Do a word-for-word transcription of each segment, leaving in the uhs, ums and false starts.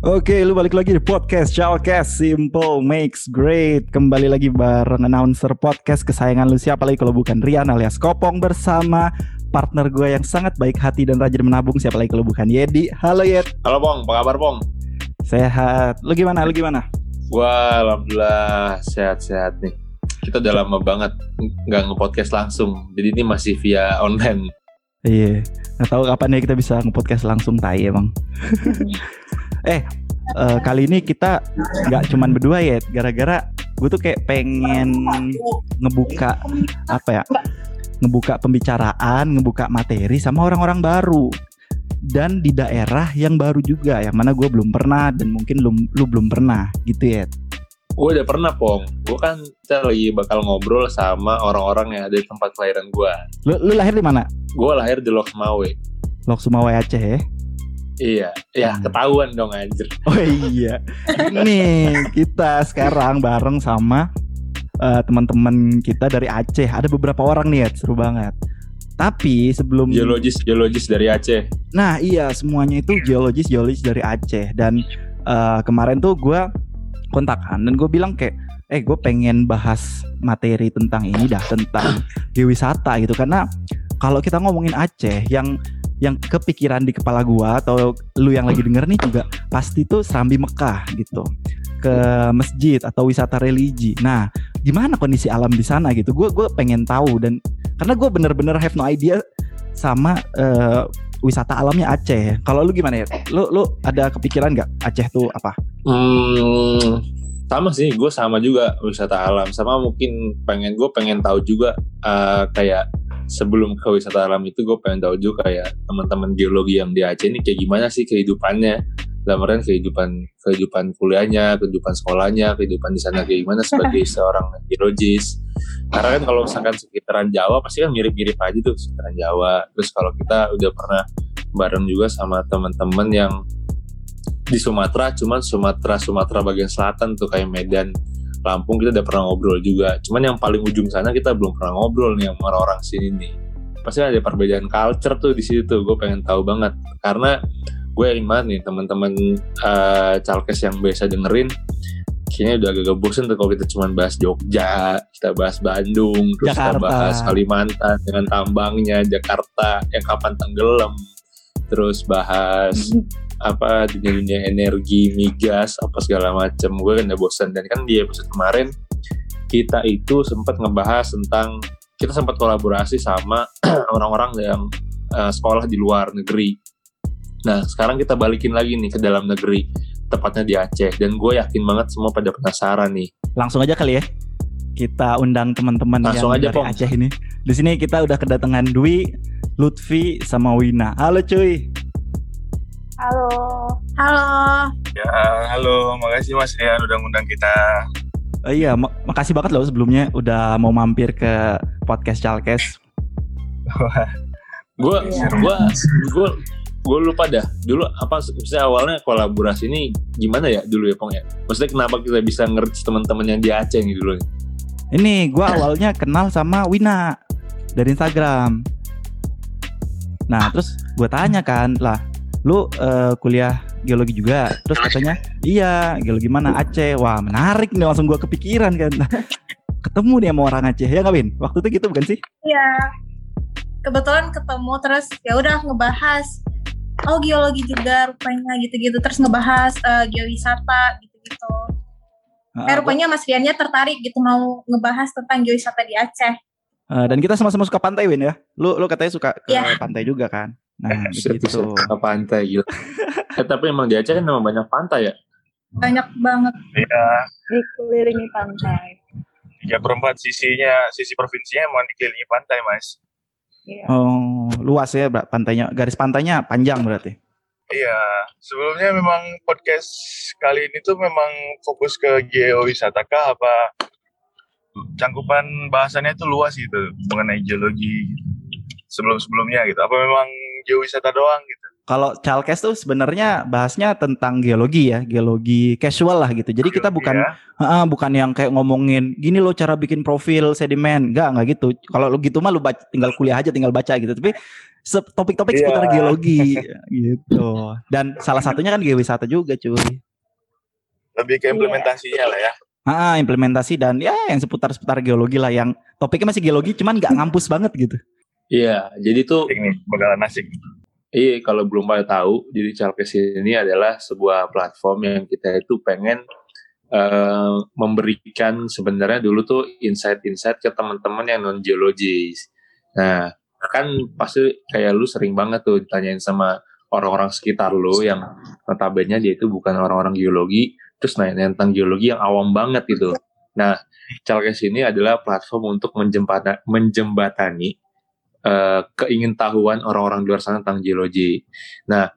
Oke, lu balik lagi di podcast Chalkes, Simple Makes Great. Kembali lagi bareng announcer podcast kesayangan lu, siapa lagi kalau bukan Rian alias Kopong, bersama partner gue yang sangat baik hati dan rajin menabung, siapa lagi kalau bukan Yedi. Halo Yed. Halo Pong, apa kabar Pong? Sehat. Lu gimana? Lu gimana? Wah, alhamdulillah sehat-sehat nih. Kita udah lama banget nggak nge-podcast langsung, jadi ini masih via online. Iya, nggak tahu kapan ya kita bisa nge-podcast langsung, tai emang. Eh, uh, kali ini kita nggak cuman berdua ya, gara-gara gue tuh kayak pengen ngebuka apa ya, ngebuka pembicaraan, ngebuka materi sama orang-orang baru dan di daerah yang baru juga, yang mana gue belum pernah dan mungkin lu, lu belum pernah gitu ya. Gue udah pernah Pong, gue kan kita lagi bakal ngobrol sama orang-orang yang ada di tempat kelahiran gue. Lu, lu lahir di mana? Gue lahir di Lok Sumawe. Lok Sumawe Aceh ya? Iya, ya ketahuan dong anjir. Oh iya, nih kita sekarang bareng sama uh, teman-teman kita dari Aceh. Ada beberapa orang nih ya, seru banget. Tapi sebelum geologis geologis dari Aceh. Nah iya, semuanya itu geologis geologis dari Aceh. Dan uh, kemarin tuh gue kontakan dan gue bilang kayak, eh gue pengen bahas materi tentang ini dah, tentang geowisata gitu. Karena kalau kita ngomongin Aceh, yang yang kepikiran di kepala gua atau lu yang lagi denger nih juga pasti tuh Serambi Mekah gitu, ke masjid atau wisata religi. Nah, gimana kondisi alam di sana gitu? Gua gua pengen tahu, dan karena gua bener-bener have no idea sama uh, wisata alamnya Aceh. Kalau lu gimana ya? Lu lu ada kepikiran nggak Aceh tuh apa? Hmm, sama sih, gue sama juga wisata alam. Sama mungkin pengen gue pengen tahu juga uh, kayak sebelum ke wisata alam itu gue pengen tahu juga kayak teman-teman geologi yang di Aceh ini kayak gimana sih kehidupannya, dalam artian kehidupan kehidupan kuliahnya, kehidupan sekolahnya, kehidupan di sana kayak gimana sebagai seorang geologis. Karena kan kalau misalkan sekitaran Jawa pasti kan mirip-mirip aja tuh sekitaran Jawa. Terus kalau kita udah pernah bareng juga sama teman-teman yang di Sumatera, cuman Sumatera Sumatera bagian selatan tuh kayak Medan, Lampung, kita udah pernah ngobrol juga. Cuman yang paling ujung sana kita belum pernah ngobrol nih sama orang-orang sini nih. Pasti ada perbedaan culture tuh di situ tuh. Gue pengen tahu banget. Karena gue yakin banget nih teman-teman uh, Chalkes yang biasa dengerin, kayaknya udah agak bosen tuh kalau kita cuma bahas Jogja, kita bahas Bandung, terus Jakarta, kita bahas Kalimantan dengan tambangnya, Jakarta yang kapan tenggelam, terus bahas apa dunia-dunia energi, migas, apa segala macam. Gue kan udah bosan. Dan kan di episode kemarin kita itu sempat ngebahas tentang, kita sempat kolaborasi sama orang-orang yang uh, sekolah di luar negeri. Nah sekarang kita balikin lagi nih ke dalam negeri, tepatnya di Aceh. Dan gue yakin banget semua pada penasaran nih. Langsung aja kali ya, kita undang teman-teman Langsung yang aja, dari Pong. Aceh ini. Di sini kita udah kedatangan Dwi, Lutfi, sama Wina. Halo cuy. Halo. Halo. Ya, halo. Makasih Mas Rian udah ngundang kita. Oh iya, mak- makasih banget loh sebelumnya udah mau mampir ke podcast Chalkes. Gue gue gue gue lupa dah dulu apa misalnya awalnya kolaborasi ini gimana ya dulu ya Pong ya. Maksudnya kenapa kita bisa nge-reach teman-teman yang di Aceh nih dulu? Ini gue awalnya kenal sama Wina dari Instagram. Nah terus gue tanya kan, lah lu uh, kuliah geologi juga? Terus katanya iya, geologi mana? Aceh. Wah menarik nih, langsung gue kepikiran kan. Nah, ketemu nih sama orang Aceh ya nggak Win? Waktu itu gitu bukan sih? Iya. Kebetulan ketemu terus ya udah ngebahas. Oh geologi juga rupanya gitu-gitu. Terus ngebahas uh, geowisata gitu-gitu. Uh, eh rupanya Mas Riannya tertarik gitu mau ngebahas tentang geowisata di Aceh. Uh, dan kita sama-sama suka pantai Win ya. Lu lu katanya suka ke yeah. pantai juga kan? Nah Set, begitu. Ke pantai gitu. eh, tapi emang di Aceh kan memang banyak pantai ya? Banyak banget. Iya. Dikelilingi pantai. Tiga perempat sisinya, sisi provinsinya emang dikelilingi pantai Mas. Iya. Oh luas ya pantainya, garis pantainya panjang berarti. Iya. Sebelumnya memang podcast kali ini tuh memang fokus ke geowisata kah apa cangkupan bahasannya itu luas gitu mengenai geologi sebelum-sebelumnya gitu. Apa memang geowisata doang gitu? Kalau Chalkes tuh sebenarnya bahasnya tentang geologi ya, geologi casual lah gitu. Jadi kita bukan Ya. uh, bukan yang kayak ngomongin gini lo cara bikin profil sedimen, enggak enggak gitu. Kalau lo gitu mah lo baca, tinggal kuliah aja, tinggal baca gitu. Tapi se- topik-topik Iya. seputar geologi gitu. Dan salah satunya kan geowisata juga cuy. Lebih ke implementasinya lah ya. Ah, implementasi dan ya yang seputar-seputar geologi lah, yang topiknya masih geologi cuman nggak ngampus banget gitu. Iya, jadi tuh Ini bakalan asik. Iya, kalau belum pada tahu, jadi Chalkes ini adalah sebuah platform yang kita itu pengen uh, memberikan sebenarnya dulu tuh insight-insight ke teman-teman yang non geologis. Nah, kan pasti kayak lu sering banget tuh ditanyain sama orang-orang sekitar lu yang notabene dia itu bukan orang-orang geologi, terus nanya tentang geologi yang awam banget gitu. Nah, Chalkes ini adalah platform untuk menjembata, menjembatani Uh, keingintahuan orang-orang di luar sana tentang geologi. Nah,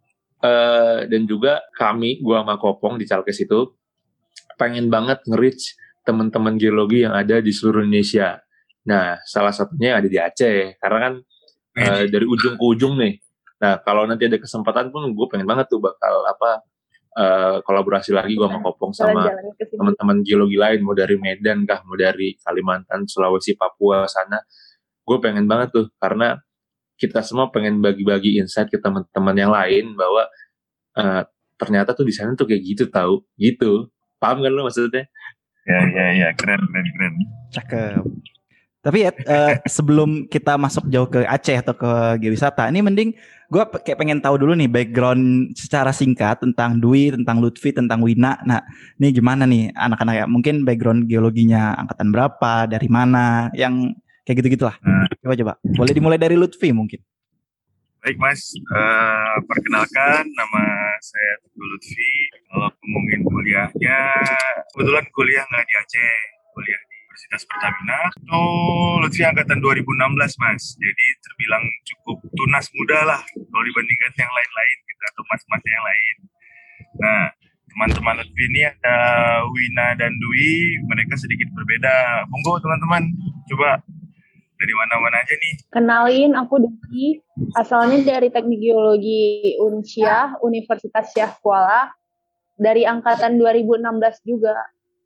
uh, dan juga kami, gua sama Kopong di Chalkes itu pengen banget nge-reach teman-teman geologi yang ada di seluruh Indonesia. Nah, salah satunya ada di Aceh, karena kan uh, dari ujung ke ujung nih. Nah, kalau nanti ada kesempatan pun gue pengen banget tuh bakal apa uh, kolaborasi lagi gue sama Kopong sama teman-teman geologi lain, mau dari Medan kah, mau dari Kalimantan, Sulawesi, Papua sana. Gue pengen banget tuh, karena kita semua pengen bagi-bagi insight ke teman-teman yang lain bahwa uh, ternyata tuh di sana tuh kayak gitu tahu, gitu. Paham kan lu maksudnya? Ya ya ya, keren keren keren. Cakep. Tapi ya uh, sebelum kita masuk jauh ke Aceh atau ke geowisata, ini mending gue kayak pengen tahu dulu nih background secara singkat tentang Dwi, tentang Lutfi, tentang Wina. Nah, ini gimana nih anak-anak ya? Mungkin background geologinya angkatan berapa, dari mana, yang kayak gitu-gitulah. Nah. Coba-coba. Boleh dimulai dari Lutfi mungkin. Baik Mas, uh, perkenalkan nama saya Teguh Lutfi. Kalau ngomongin kuliahnya, kebetulan kuliah nggak di Aceh, kuliah di Universitas Pertamina. Itu Lutfi angkatan dua ribu enam belas Mas, jadi terbilang cukup tunas muda lah kalau dibandingkan yang lain-lain gitu, atau mas-mas yang lain. Nah, teman-teman Lutfi ini ada Wina dan Dwi, mereka sedikit berbeda. Monggo teman-teman, coba dari mana-mana aja nih. Kenalin, aku Dwi, asalnya dari Teknik Geologi Unsyah, Universitas Syah Kuala, dari angkatan dua ribu enam belas juga.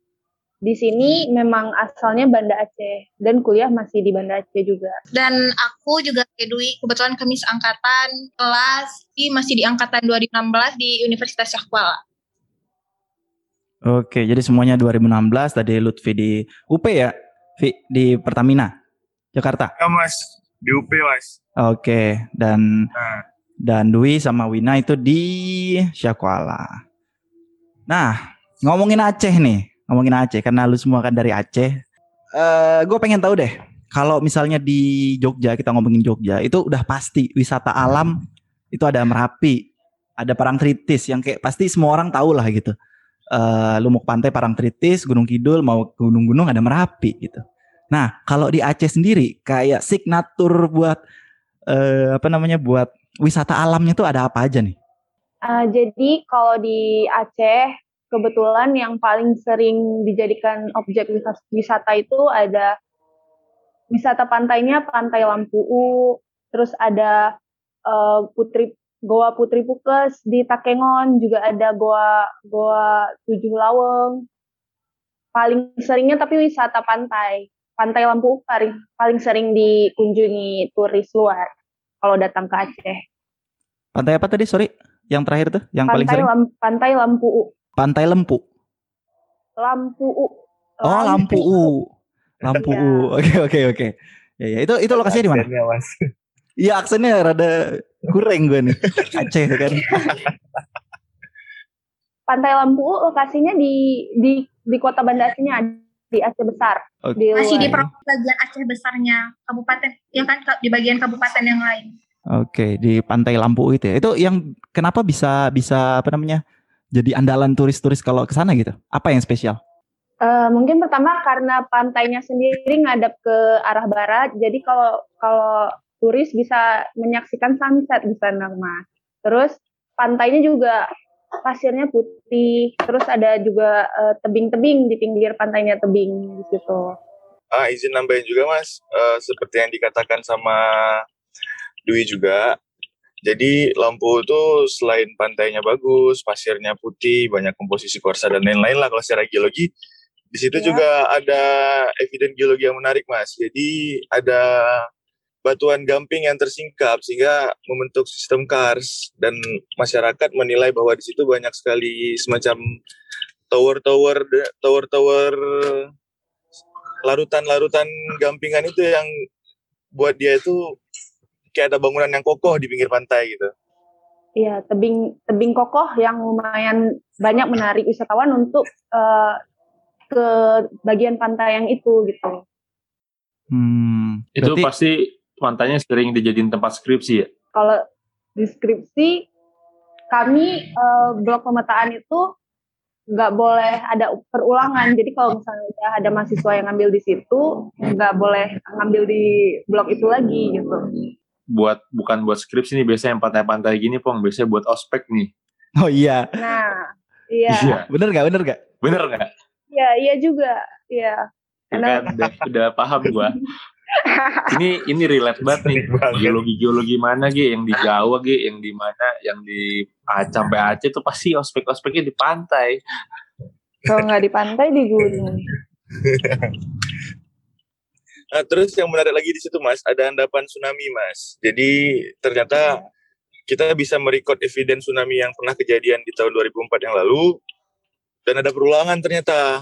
Di sini memang asalnya Banda Aceh, dan kuliah masih di Banda Aceh juga. Dan aku juga kayak Dwi, kebetulan kami seangkatan kelas, masih di angkatan dua ribu enam belas di Universitas Syah Kuala. Oke, jadi semuanya dua ribu enam belas, tadi Lutfi di U P ya? Vi, di Pertamina, Jakarta? Ya Mas, di U P Mas. Oke, dan Nah. dan Dwi sama Wina itu di Syah Kuala. Nah, ngomongin Aceh nih, ngomongin Aceh, karena lu semua kan dari Aceh. Uh, gue pengen tahu deh, kalau misalnya di Jogja, kita ngomongin Jogja, itu udah pasti wisata alam, itu ada Merapi, ada Parangtritis, yang kayak pasti semua orang tahu lah gitu. Uh, lu mau ke pantai Parangtritis, Gunung Kidul, mau ke gunung-gunung ada Merapi gitu. Nah, kalau di Aceh sendiri kayak signatur buat uh, apa namanya buat wisata alamnya tuh ada apa aja nih? Uh, jadi kalau di Aceh kebetulan yang paling sering dijadikan objek wisata itu ada wisata pantainya Pantai Lampu'u, terus ada uh, Putri Goa Putri Pukes di Takengon, juga ada Goa Goa Tujuh Laweng. Paling seringnya tapi wisata pantai. Pantai Lampu paling paling sering dikunjungi turis luar kalau datang ke Aceh. Pantai apa tadi? Sorry, yang terakhir tuh, yang pantai paling sering. Lam, pantai Lampu'u. Pantai Lempu. Lampu'u. Oh, Lampu'u. Lampu'u. Oke, oke, oke. Ya, ya, itu itu lokasinya di mana? Iya, aksennya rada kurang gue nih. Aceh kan. Pantai Lampu'u lokasinya di di di kota Banda Acehnya, di Aceh Besar. Okay. Di Masih di bagian Aceh Besarnya kabupaten, ya kan di bagian kabupaten yang lain. Oke, okay, di Pantai Lampu'u itu ya. Itu yang kenapa bisa bisa apa namanya? Jadi andalan turis-turis kalau ke sana gitu. Apa yang spesial? Uh, mungkin pertama karena pantainya sendiri ngadap ke arah barat. Jadi kalau kalau turis bisa menyaksikan sunset di sana, Mas. Terus pantainya juga pasirnya putih. Terus ada juga uh, tebing-tebing di pinggir pantainya, tebing di situ. Ah, izin nambahin juga, Mas. Uh, seperti yang dikatakan sama Dwi juga. Jadi Lampu itu selain pantainya bagus, pasirnya putih, banyak komposisi kuarsa dan lain-lain lah kalau secara geologi. Di situ Ya. juga ada eviden geologi yang menarik, Mas. Jadi ada batuan gamping yang tersingkap sehingga membentuk sistem kars, dan masyarakat menilai bahwa di situ banyak sekali semacam tower-tower tower-tower larutan-larutan gampingan itu yang buat dia itu kayak ada bangunan yang kokoh di pinggir pantai gitu. Iya, tebing tebing kokoh yang lumayan banyak menarik wisatawan untuk uh, ke bagian pantai yang itu gitu. Hmm, Itu berarti pasti pantainya sering dijadiin tempat skripsi ya? Kalau deskripsi kami uh, blok pemetaan itu nggak boleh ada perulangan. Jadi kalau misalnya udah ada mahasiswa yang ngambil di situ, nggak boleh ngambil di blok itu lagi gitu. Buat bukan buat skripsi nih, biasanya yang pantai-pantai gini Pong, biasanya buat ospek nih. oh iya, Nah, iya, Iya, bener gak, bener gak? bener nggak? iya, iya juga, iya. Ya Karena kan, udah, udah paham gua. Ini ini relate banget nih. Geologi-geologi mana Ge, yang di Jawa Ge, yang di mana, yang di Aceh sampai Aceh tuh pasti ospek-ospeknya di pantai. kalau nggak di pantai di gunung. Nah, terus yang menarik lagi di situ, Mas, ada endapan tsunami, Mas. Jadi ternyata kita bisa merekod eviden tsunami yang pernah kejadian di tahun dua ribu empat yang lalu, dan ada perulangan ternyata.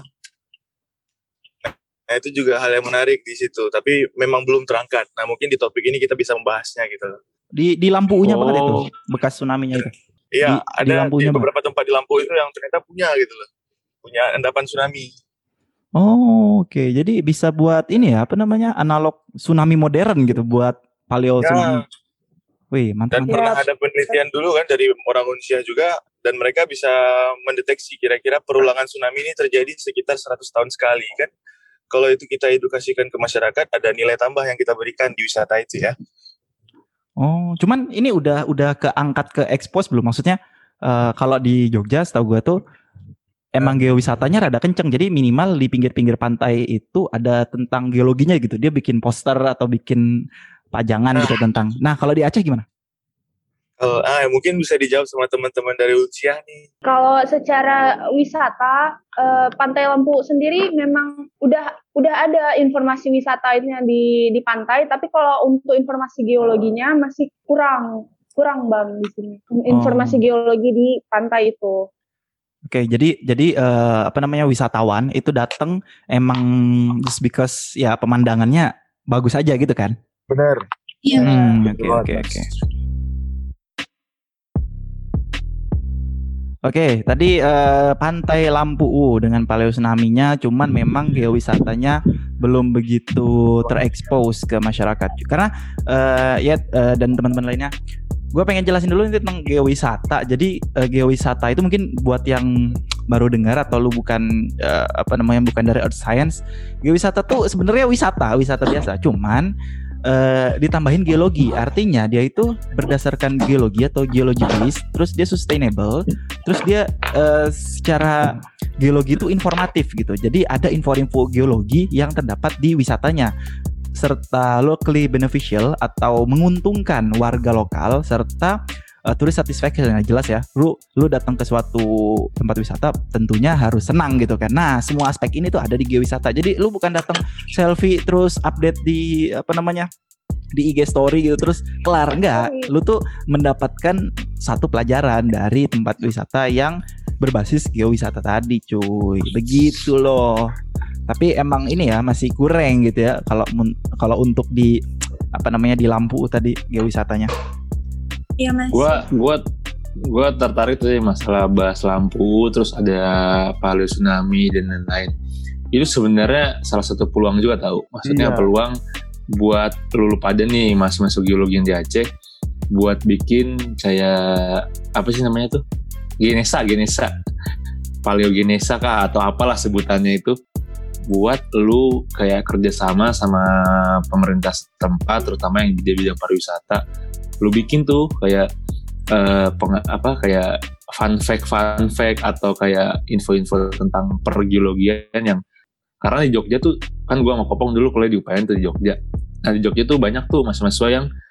Nah, itu juga hal yang menarik di situ, tapi memang belum terangkat. Nah, mungkin di topik ini kita bisa membahasnya gitu. Di di Lampu U-nya apa itu? Oh. Bekas tsunami-nya itu. Iya, Di- di ada di, Lampunya, Bang. beberapa tempat di Lampu itu yang ternyata punya gitu loh. Punya endapan tsunami. Oh, oke. Jadi bisa buat ini ya, apa namanya? Analog tsunami modern gitu buat paleo Ya. tsunami. Wih, mantap. Dan mantap. pernah ada penelitian dulu kan dari orang Unsia juga, dan mereka bisa mendeteksi kira-kira perulangan tsunami ini terjadi sekitar seratus tahun sekali kan. Kalau itu kita edukasikan ke masyarakat, ada nilai tambah yang kita berikan di wisata itu ya. Oh, cuman ini udah udah keangkat ke expose belum? Maksudnya eh, kalau di Jogja setahu gue tuh emang geowisatanya rada kenceng. Jadi minimal di pinggir-pinggir pantai itu ada tentang geologinya gitu. Dia bikin poster atau bikin pajangan gitu tentang. Nah, kalau di Aceh gimana? Kalau ah mungkin bisa dijawab sama teman-teman dari Unsia nih. Kalau secara wisata, eh, Pantai Lampu sendiri memang udah udah ada informasi wisatanya di di pantai, tapi kalau untuk informasi geologinya masih kurang kurang Bang di sini. Informasi Oh. geologi di pantai itu. Oke, jadi jadi eh, apa namanya wisatawan itu datang emang just because ya pemandangannya bagus aja gitu kan? Benar. Iya. Hmm, oke betul oke banget, oke. Oke, tadi eh, Pantai Lampu U dengan paleo tsunami-nya, cuman memang geowisatanya belum begitu terekspos ke masyarakat. Karena eh, ya eh, dan teman-teman lainnya, gue pengen jelasin dulu ini tentang geowisata. Jadi eh, geowisata itu mungkin buat yang baru dengar atau lu bukan eh, apa namanya bukan dari earth science, geowisata tuh sebenarnya wisata, wisata biasa. Cuman Uh, ditambahin geologi, artinya dia itu berdasarkan geologi atau geology based, terus dia sustainable, terus dia uh, secara geologi itu informatif gitu. Jadi ada info-info geologi yang terdapat di wisatanya, serta locally beneficial atau menguntungkan warga lokal, serta uh, turis satisfaction. Nah, jelas ya, lu lu datang ke suatu tempat wisata tentunya harus senang gitu kan. Nah, semua aspek ini tuh ada di geowisata. Jadi lu bukan datang selfie terus update di apa namanya di I G story gitu terus kelar, enggak. Lu tuh mendapatkan satu pelajaran dari tempat wisata yang berbasis geowisata tadi, cuy. Begitu loh. Tapi emang ini ya masih kurang gitu ya kalau kalau untuk di apa namanya di Lampu tadi geowisatanya. Iya Mas. Gua gua gua tertarik tuh ya masalah bahas lampu, terus ada paleo tsunami dan lain-lain. Itu sebenarnya salah satu peluang juga tahu. Maksudnya Iya. peluang buat lu pada nih masuk-masuk geologi yang di Aceh buat bikin kayak apa sih namanya tuh? Genesa, genesa. Paleogenesa kah atau apalah sebutannya itu, buat lu kayak kerjasama sama pemerintah setempat terutama yang di bidang pariwisata. Lu bikin tuh kayak uh, peng- apa kayak fun fact fun fact atau kayak info-info tentang pergeologian yang karena di Jogja tuh kan gua sama Kopong dulu kuliah di U P N tuh di Jogja. Nah di Jogja tuh banyak tuh mahasiswa yang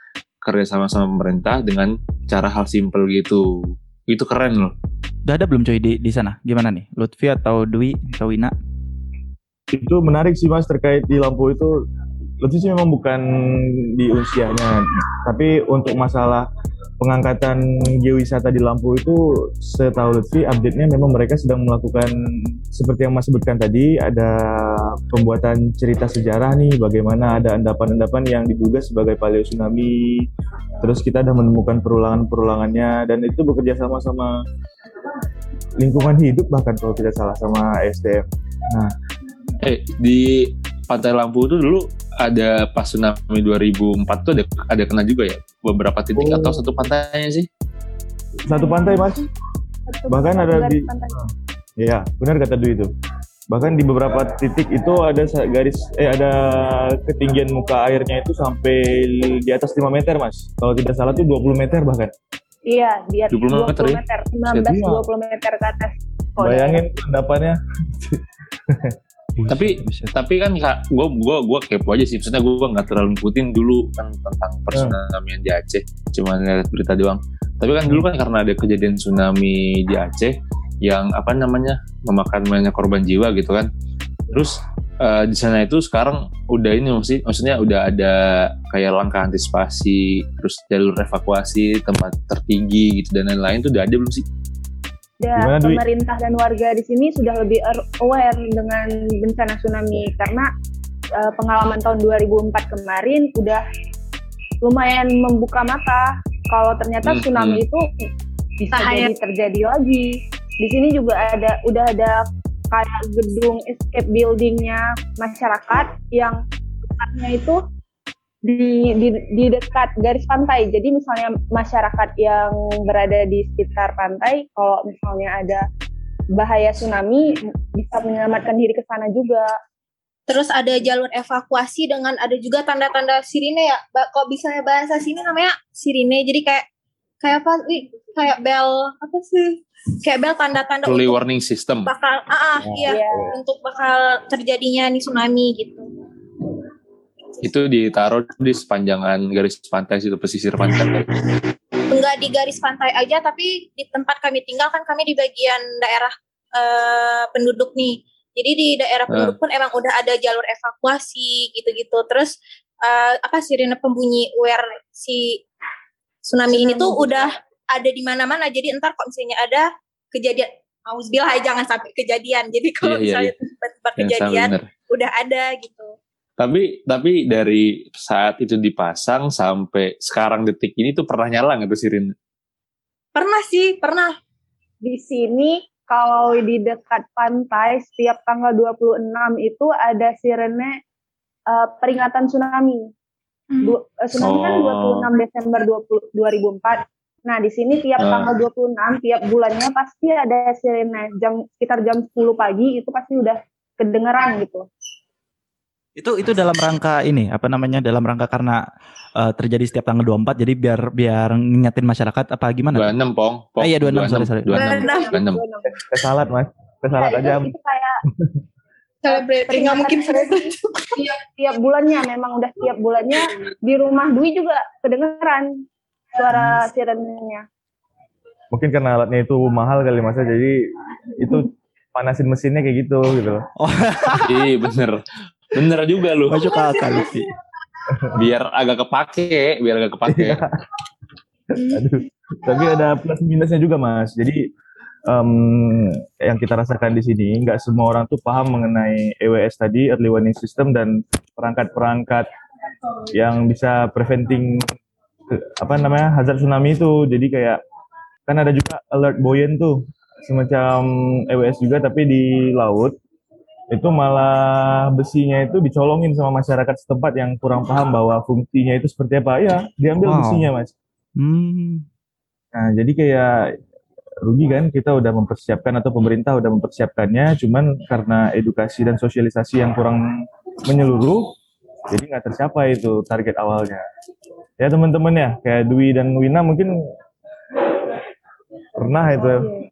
kerja sama sama pemerintah dengan cara hal simple gitu. Itu keren loh. Udah ada belum coy di di sana? Gimana nih? Lutfi atau Dwi atau Wina? Itu menarik sih Mas terkait di lampu itu. Lutfi sih memang bukan di usianya, tapi untuk masalah pengangkatan geowisata di Lampu itu setahu Lutfi update-nya memang mereka sedang melakukan seperti yang Mas sebutkan tadi, ada pembuatan cerita sejarah nih, bagaimana ada endapan-endapan yang diduga sebagai paleo tsunami, terus kita sudah menemukan perulangan-perulangannya, dan itu bekerja sama sama lingkungan hidup bahkan kalau tidak salah sama S D M. Nah, eh di Pantai Lampu itu dulu ada pas tsunami dua ribu empat tuh ada ada kena juga ya beberapa titik oh. Atau satu pantainya sih? Satu pantai Mas. Satu bahkan ada di pantai. Iya, benar kata Dwi itu. Bahkan di beberapa titik itu ada garis eh ada ketinggian muka airnya itu sampai di atas lima meter Mas. Kalau tidak salah tuh dua puluh meter bahkan. Iya, di atas dua puluh meter, meter, sembilan belas dua puluh meter ke atas. Oh, bayangin endapannya. tapi tapi kan kak gue gue gue kepo aja sih, maksudnya gue nggak terlalu ngikutin dulu kan tentang pertsunamian di Aceh, cuma lihat berita doang. Tapi kan dulu kan karena ada kejadian tsunami di Aceh yang apa namanya memakan banyak korban jiwa gitu kan, terus uh, di sana itu sekarang udah ini sih, maksudnya udah ada kayak langkah antisipasi, terus jalur evakuasi, tempat tertinggi gitu dan lain-lain tuh udah ada belum sih? Ya, pemerintah dan warga di sini sudah lebih aware dengan bencana tsunami karena uh, pengalaman tahun dua ribu empat kemarin udah lumayan membuka mata kalau ternyata hmm, tsunami hmm. itu bisa jadi terjadi lagi. Di sini juga ada udah ada kayak gedung escape buildingnya masyarakat yang tempatnya itu di, di di dekat garis pantai. Jadi misalnya masyarakat yang berada di sekitar pantai, kalau misalnya ada bahaya tsunami bisa menyelamatkan diri ke sana juga. Terus ada jalur evakuasi dengan ada juga tanda-tanda sirine ya. Kok bisa bahasa sini namanya sirine. Jadi kayak kayak apa? Wih, kayak bel apa sih? Kayak bel tanda-tanda early untuk warning system. Bakal ah, ah oh. iya yeah. untuk bakal terjadinya nih tsunami gitu. Itu ditaruh di sepanjangan garis pantai situ, pesisir pantai. Enggak di garis pantai aja, tapi di tempat kami tinggal kan kami di bagian daerah uh, penduduk nih. Jadi di daerah penduduk uh. pun emang udah ada jalur evakuasi gitu-gitu. Terus uh, apa sirine pembunyi aware si tsunami ini tuh udah ada di mana-mana. Jadi entar kok misalnya ada kejadian, auzubillah jangan sampai kejadian. Jadi kalau iya, misalnya iya, iya. tiba-tiba kejadian udah ada gitu. Tapi tapi dari saat itu dipasang sampai sekarang detik ini tuh pernah nyala nggak tuh sirine? Pernah sih, pernah. Di sini kalau di dekat pantai setiap tanggal dua puluh enam itu ada sirene uh, peringatan tsunami. Hmm. Du, uh, tsunami oh. kan dua puluh enam Desember dua ribu empat. Nah di sini tiap uh. tanggal dua puluh enam tiap bulannya pasti ada sirene jam sekitar jam sepuluh pagi itu pasti udah kedengeran gitu. Itu itu dalam rangka ini apa namanya dalam rangka karena uh, terjadi setiap tanggal dua puluh empat jadi biar biar ngingetin masyarakat apa gimana? dua puluh enam Pong. Pong. Eh, iya dua puluh enam sorry sorry. dua puluh enam. Kesalat Mas. Kesalat aja. Itu kayak celebrity nggak mungkin tiap tiap bulannya memang udah tiap bulannya di rumah Dwi juga kedengeran suara sirenenya. Mungkin karena alatnya itu mahal kali Mas, jadi itu panasin mesinnya kayak gitu gitu. Oh. Iya bener. Bener juga lu. Masuk akal sih. Biar agak kepake, biar agak kepake. Aduh. Tapi ada plus minusnya juga Mas. Jadi um, yang kita rasakan di sini, nggak semua orang tuh paham mengenai E W S tadi, early warning system dan perangkat-perangkat yang bisa preventing apa namanya hazard tsunami itu. Jadi kayak kan ada juga alert buoyant tuh, semacam E W S juga tapi di laut. Itu malah besinya itu dicolongin sama masyarakat setempat yang kurang paham bahwa fungsinya itu seperti apa. Ya, diambil wow. besinya Mas. Hmm. Nah, jadi kayak rugi kan kita udah mempersiapkan atau pemerintah udah mempersiapkannya, cuman karena edukasi dan sosialisasi yang kurang menyeluruh, jadi nggak tercapai itu target awalnya. Ya teman-teman ya, kayak Dwi dan Wina mungkin pernah itu.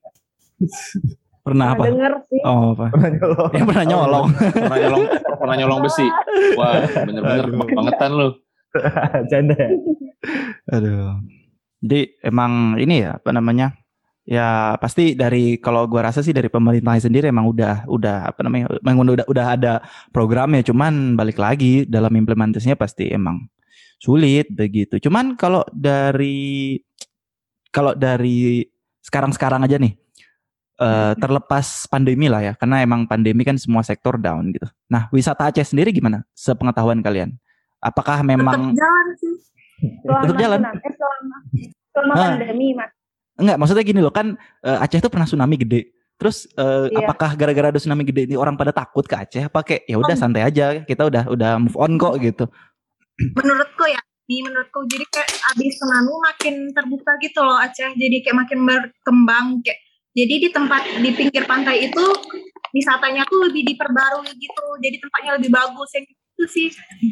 Pernah apa? Denger sih. Oh, apa? Pernah nyolong. Ya, pernah nyolong. pernah nyolong, pernah nyolong besi. Wah, bener-bener bangetan lu. Canda ya. Aduh. Jadi emang ini ya apa namanya? Ya pasti dari kalau gua rasa sih dari pemerintah sendiri emang udah udah apa namanya? Emang udah udah ada programnya, cuman balik lagi dalam implementasinya pasti emang sulit begitu. Cuman kalau dari kalau dari sekarang-sekarang aja nih uh, terlepas pandemi lah ya, karena emang pandemi kan semua sektor down gitu. Nah, wisata Aceh sendiri gimana? Sepengetahuan kalian, apakah memang Tetap jalan sih. Selama tetap jalan? tsunami, eh, selama selama Ah. pandemi mas. Enggak, maksudnya gini loh kan uh, Aceh tuh pernah tsunami gede. Terus uh, Iya. apakah gara-gara ada tsunami gede ini orang pada takut ke Aceh? Apa kayak ya udah Oh. santai aja, kita udah udah move on kok gitu. Menurutku ya, nih menurutku jadi kayak abis tsunami makin terbuka gitu loh Aceh, jadi kayak makin berkembang kayak. Jadi di tempat di pinggir pantai itu wisatanya tuh lebih diperbarui gitu, jadi tempatnya lebih bagus yang itu sih.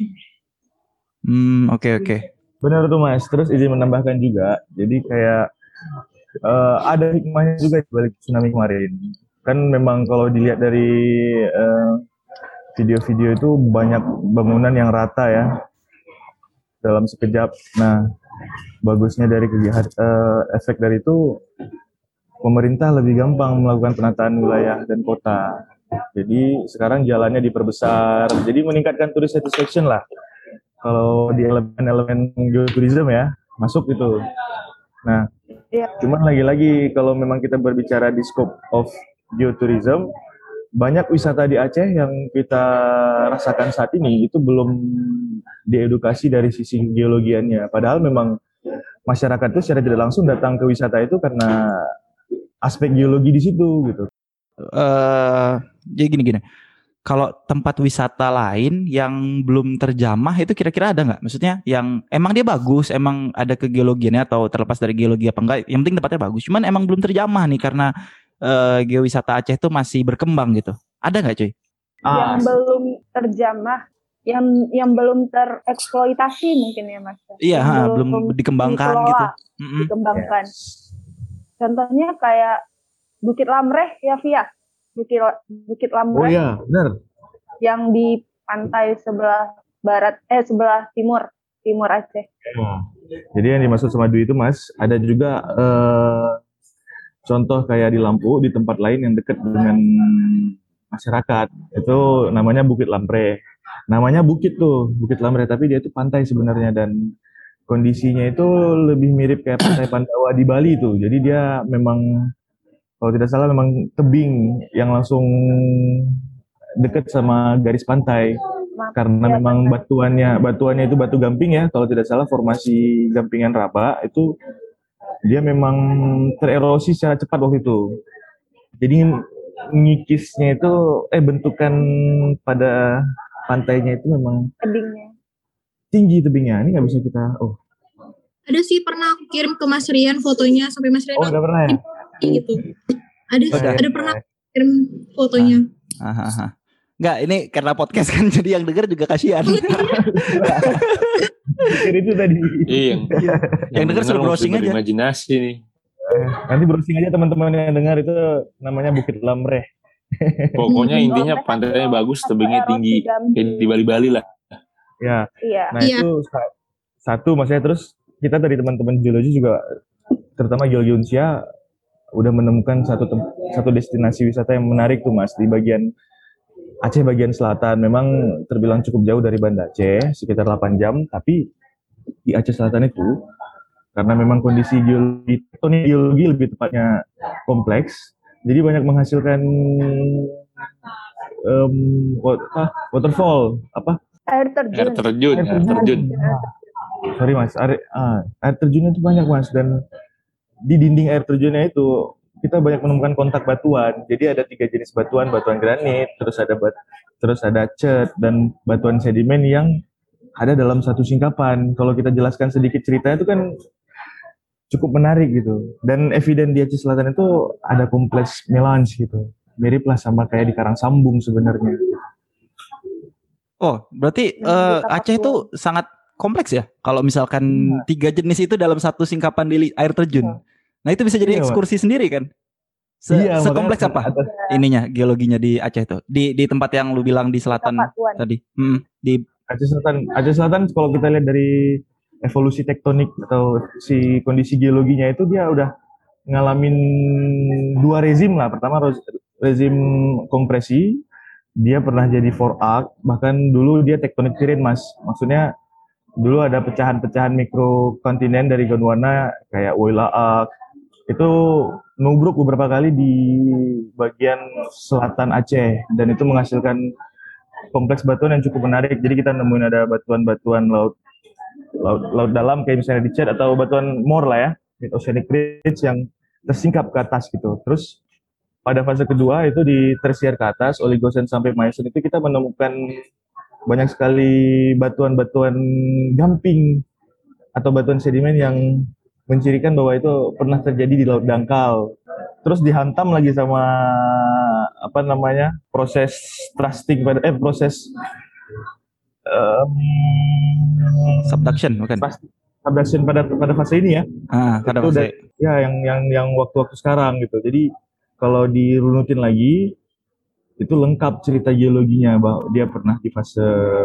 Hmm, oke oke. Benar tuh Mas. Terus izin menambahkan juga, jadi kayak eh, ada hikmahnya juga di balik tsunami kemarin. Kan memang kalau dilihat dari eh, video-video itu banyak bangunan yang rata ya dalam sekejap. Nah, bagusnya dari kegiatan eh, efek dari itu pemerintah lebih gampang melakukan penataan wilayah dan kota. Jadi sekarang jalannya diperbesar, jadi meningkatkan tourist satisfaction lah. Kalau di elemen-elemen geotourism ya, masuk itu. Nah, Iya. cuman lagi-lagi kalau memang kita berbicara di scope of geotourism, banyak wisata di Aceh yang kita rasakan saat ini itu belum diedukasi dari sisi geologiannya. Padahal memang masyarakat itu secara tidak langsung datang ke wisata itu karena aspek geologi di situ gitu. Eh, jadi gini-gini. Kalau tempat wisata lain yang belum terjamah itu kira-kira ada nggak? Maksudnya yang emang dia bagus, emang ada kegeologiannya atau terlepas dari geologi apa enggak? Yang penting tempatnya bagus. Cuman emang belum terjamah nih karena uh, geowisata Aceh itu masih berkembang gitu. Ada nggak cuy? Ah, Yang belum terjamah, yang yang belum tereksploitasi mungkin ya mas. Iya, Yang ha, belum dikembangkan dikelola, gitu. Mm-mm. dikembangkan. Contohnya kayak Bukit Lamreh ya Via. Bukit Bukit oh Lamreh iya, benar. yang di pantai sebelah barat eh sebelah timur timur Aceh. Hmm. Jadi yang dimaksud sama Dwi itu Mas, ada juga eh, contoh kayak di Lampu di tempat lain yang dekat dengan masyarakat. Itu namanya Bukit Lampreh. Namanya bukit tuh, Bukit Lampreh, tapi dia itu pantai sebenarnya dan kondisinya itu lebih mirip kayak pantai Pandawa di Bali tuh. Jadi dia memang kalau tidak salah memang tebing yang langsung dekat sama garis pantai. Karena Ya, memang pantai. batuannya batuannya itu batu gamping ya, kalau tidak salah formasi gampingan raba itu dia memang tererosi secara cepat waktu itu. Jadi ngikisnya itu eh bentukan pada pantainya itu memang tebingnya. tinggi tebingnya. Ini nggak bisa kita oh Ada sih pernah aku kirim ke Mas Rian fotonya sampai Mas Rian oh udah pernah ya. gitu. Ada Udah. ada pernah kirim fotonya. Aha, aha. Nggak, ini karena podcast kan jadi yang denger juga kasihan. Pikir itu tadi. Iya, yang, Yang denger suruh browsing aja. Imajinasi nih. Nanti browsing aja teman-teman yang dengar itu namanya Bukit Lamreh. Pokoknya Hmm. intinya Oh, pantainya mereka bagus, tuh tebingnya erosi tinggi. gamping. Kayak di Bali-Bali lah. Ya. Iya. Nah Iya. itu sa- satu maksudnya terus kita dari teman-teman geologi juga terutama geologi Unsia udah menemukan satu tem- satu destinasi wisata yang menarik tuh Mas di bagian Aceh bagian selatan. Memang terbilang cukup jauh dari Banda Aceh sekitar delapan jam, tapi di Aceh Selatan itu karena memang kondisi geologi tektonik geologi lebih tepatnya kompleks, jadi banyak menghasilkan em, wat- apa, waterfall apa Air terjun. Air terjun, Air air terjun. sorry mas, air, ah, air terjunnya itu banyak mas, dan di dinding air terjunnya itu kita banyak menemukan kontak batuan. Jadi ada tiga jenis batuan, batuan granit, terus ada bat, terus ada cat dan batuan sedimen yang ada dalam satu singkapan. Kalau kita jelaskan sedikit cerita itu kan cukup menarik gitu. Dan eviden di Aceh Selatan itu ada kompleks melange gitu. Mirip lah sama kayak di Karangsambung sebenarnya. Oh, berarti Yang eh, di Tapak Aceh itu sangat kompleks ya? Kalau misalkan tiga jenis itu dalam satu singkapan di li- air terjun. Iya. Nah, itu bisa jadi Iya, Pak. ekskursi sendiri kan? Se Iya, sekompleks makanya apa ada- ininya geologinya di Aceh itu? Di di tempat yang lu bilang di selatan Tapak Tuan. tadi. Hmm, di Aceh Selatan, Aceh Selatan kalau kita lihat dari evolusi tektonik atau si kondisi geologinya itu dia udah ngalamin dua rezim lah. Pertama rezim kompresi, dia pernah jadi forearc, bahkan dulu dia tectonic terrain Mas. Maksudnya dulu ada pecahan-pecahan mikrokontinen dari Gondwana kayak Woyla Arc. Itu nubruk beberapa kali di bagian selatan Aceh dan itu menghasilkan kompleks batuan yang cukup menarik. Jadi kita nemuin ada batuan-batuan laut laut, laut dalam kayak misalnya di Chat atau batuan Moor lah ya, mid oceanic ridge yang tersingkap ke atas gitu. Terus pada fase kedua itu di tersier ke atas, Oligocene sampai Miocene itu kita menemukan banyak sekali batuan-batuan gamping atau batuan sedimen yang mencirikan bahwa itu pernah terjadi di laut dangkal. Terus dihantam lagi sama apa namanya proses thrusting pada eh proses um, subduction bukan? Subduction pada pada fase ini ya. Ah, pada fase. Udah, ya yang yang yang waktu-waktu sekarang gitu. Jadi kalau dirunutin lagi itu lengkap cerita geologinya bahwa dia pernah di fase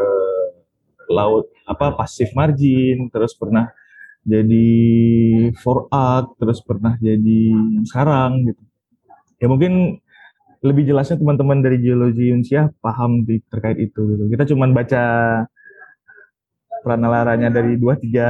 laut apa pasif margin, terus pernah jadi forearc, terus pernah jadi yang sekarang gitu. Ya mungkin lebih jelasnya teman-teman dari geologi Unsia paham di, terkait itu gitu. Kita cuma baca pranalaranya dari dua tiga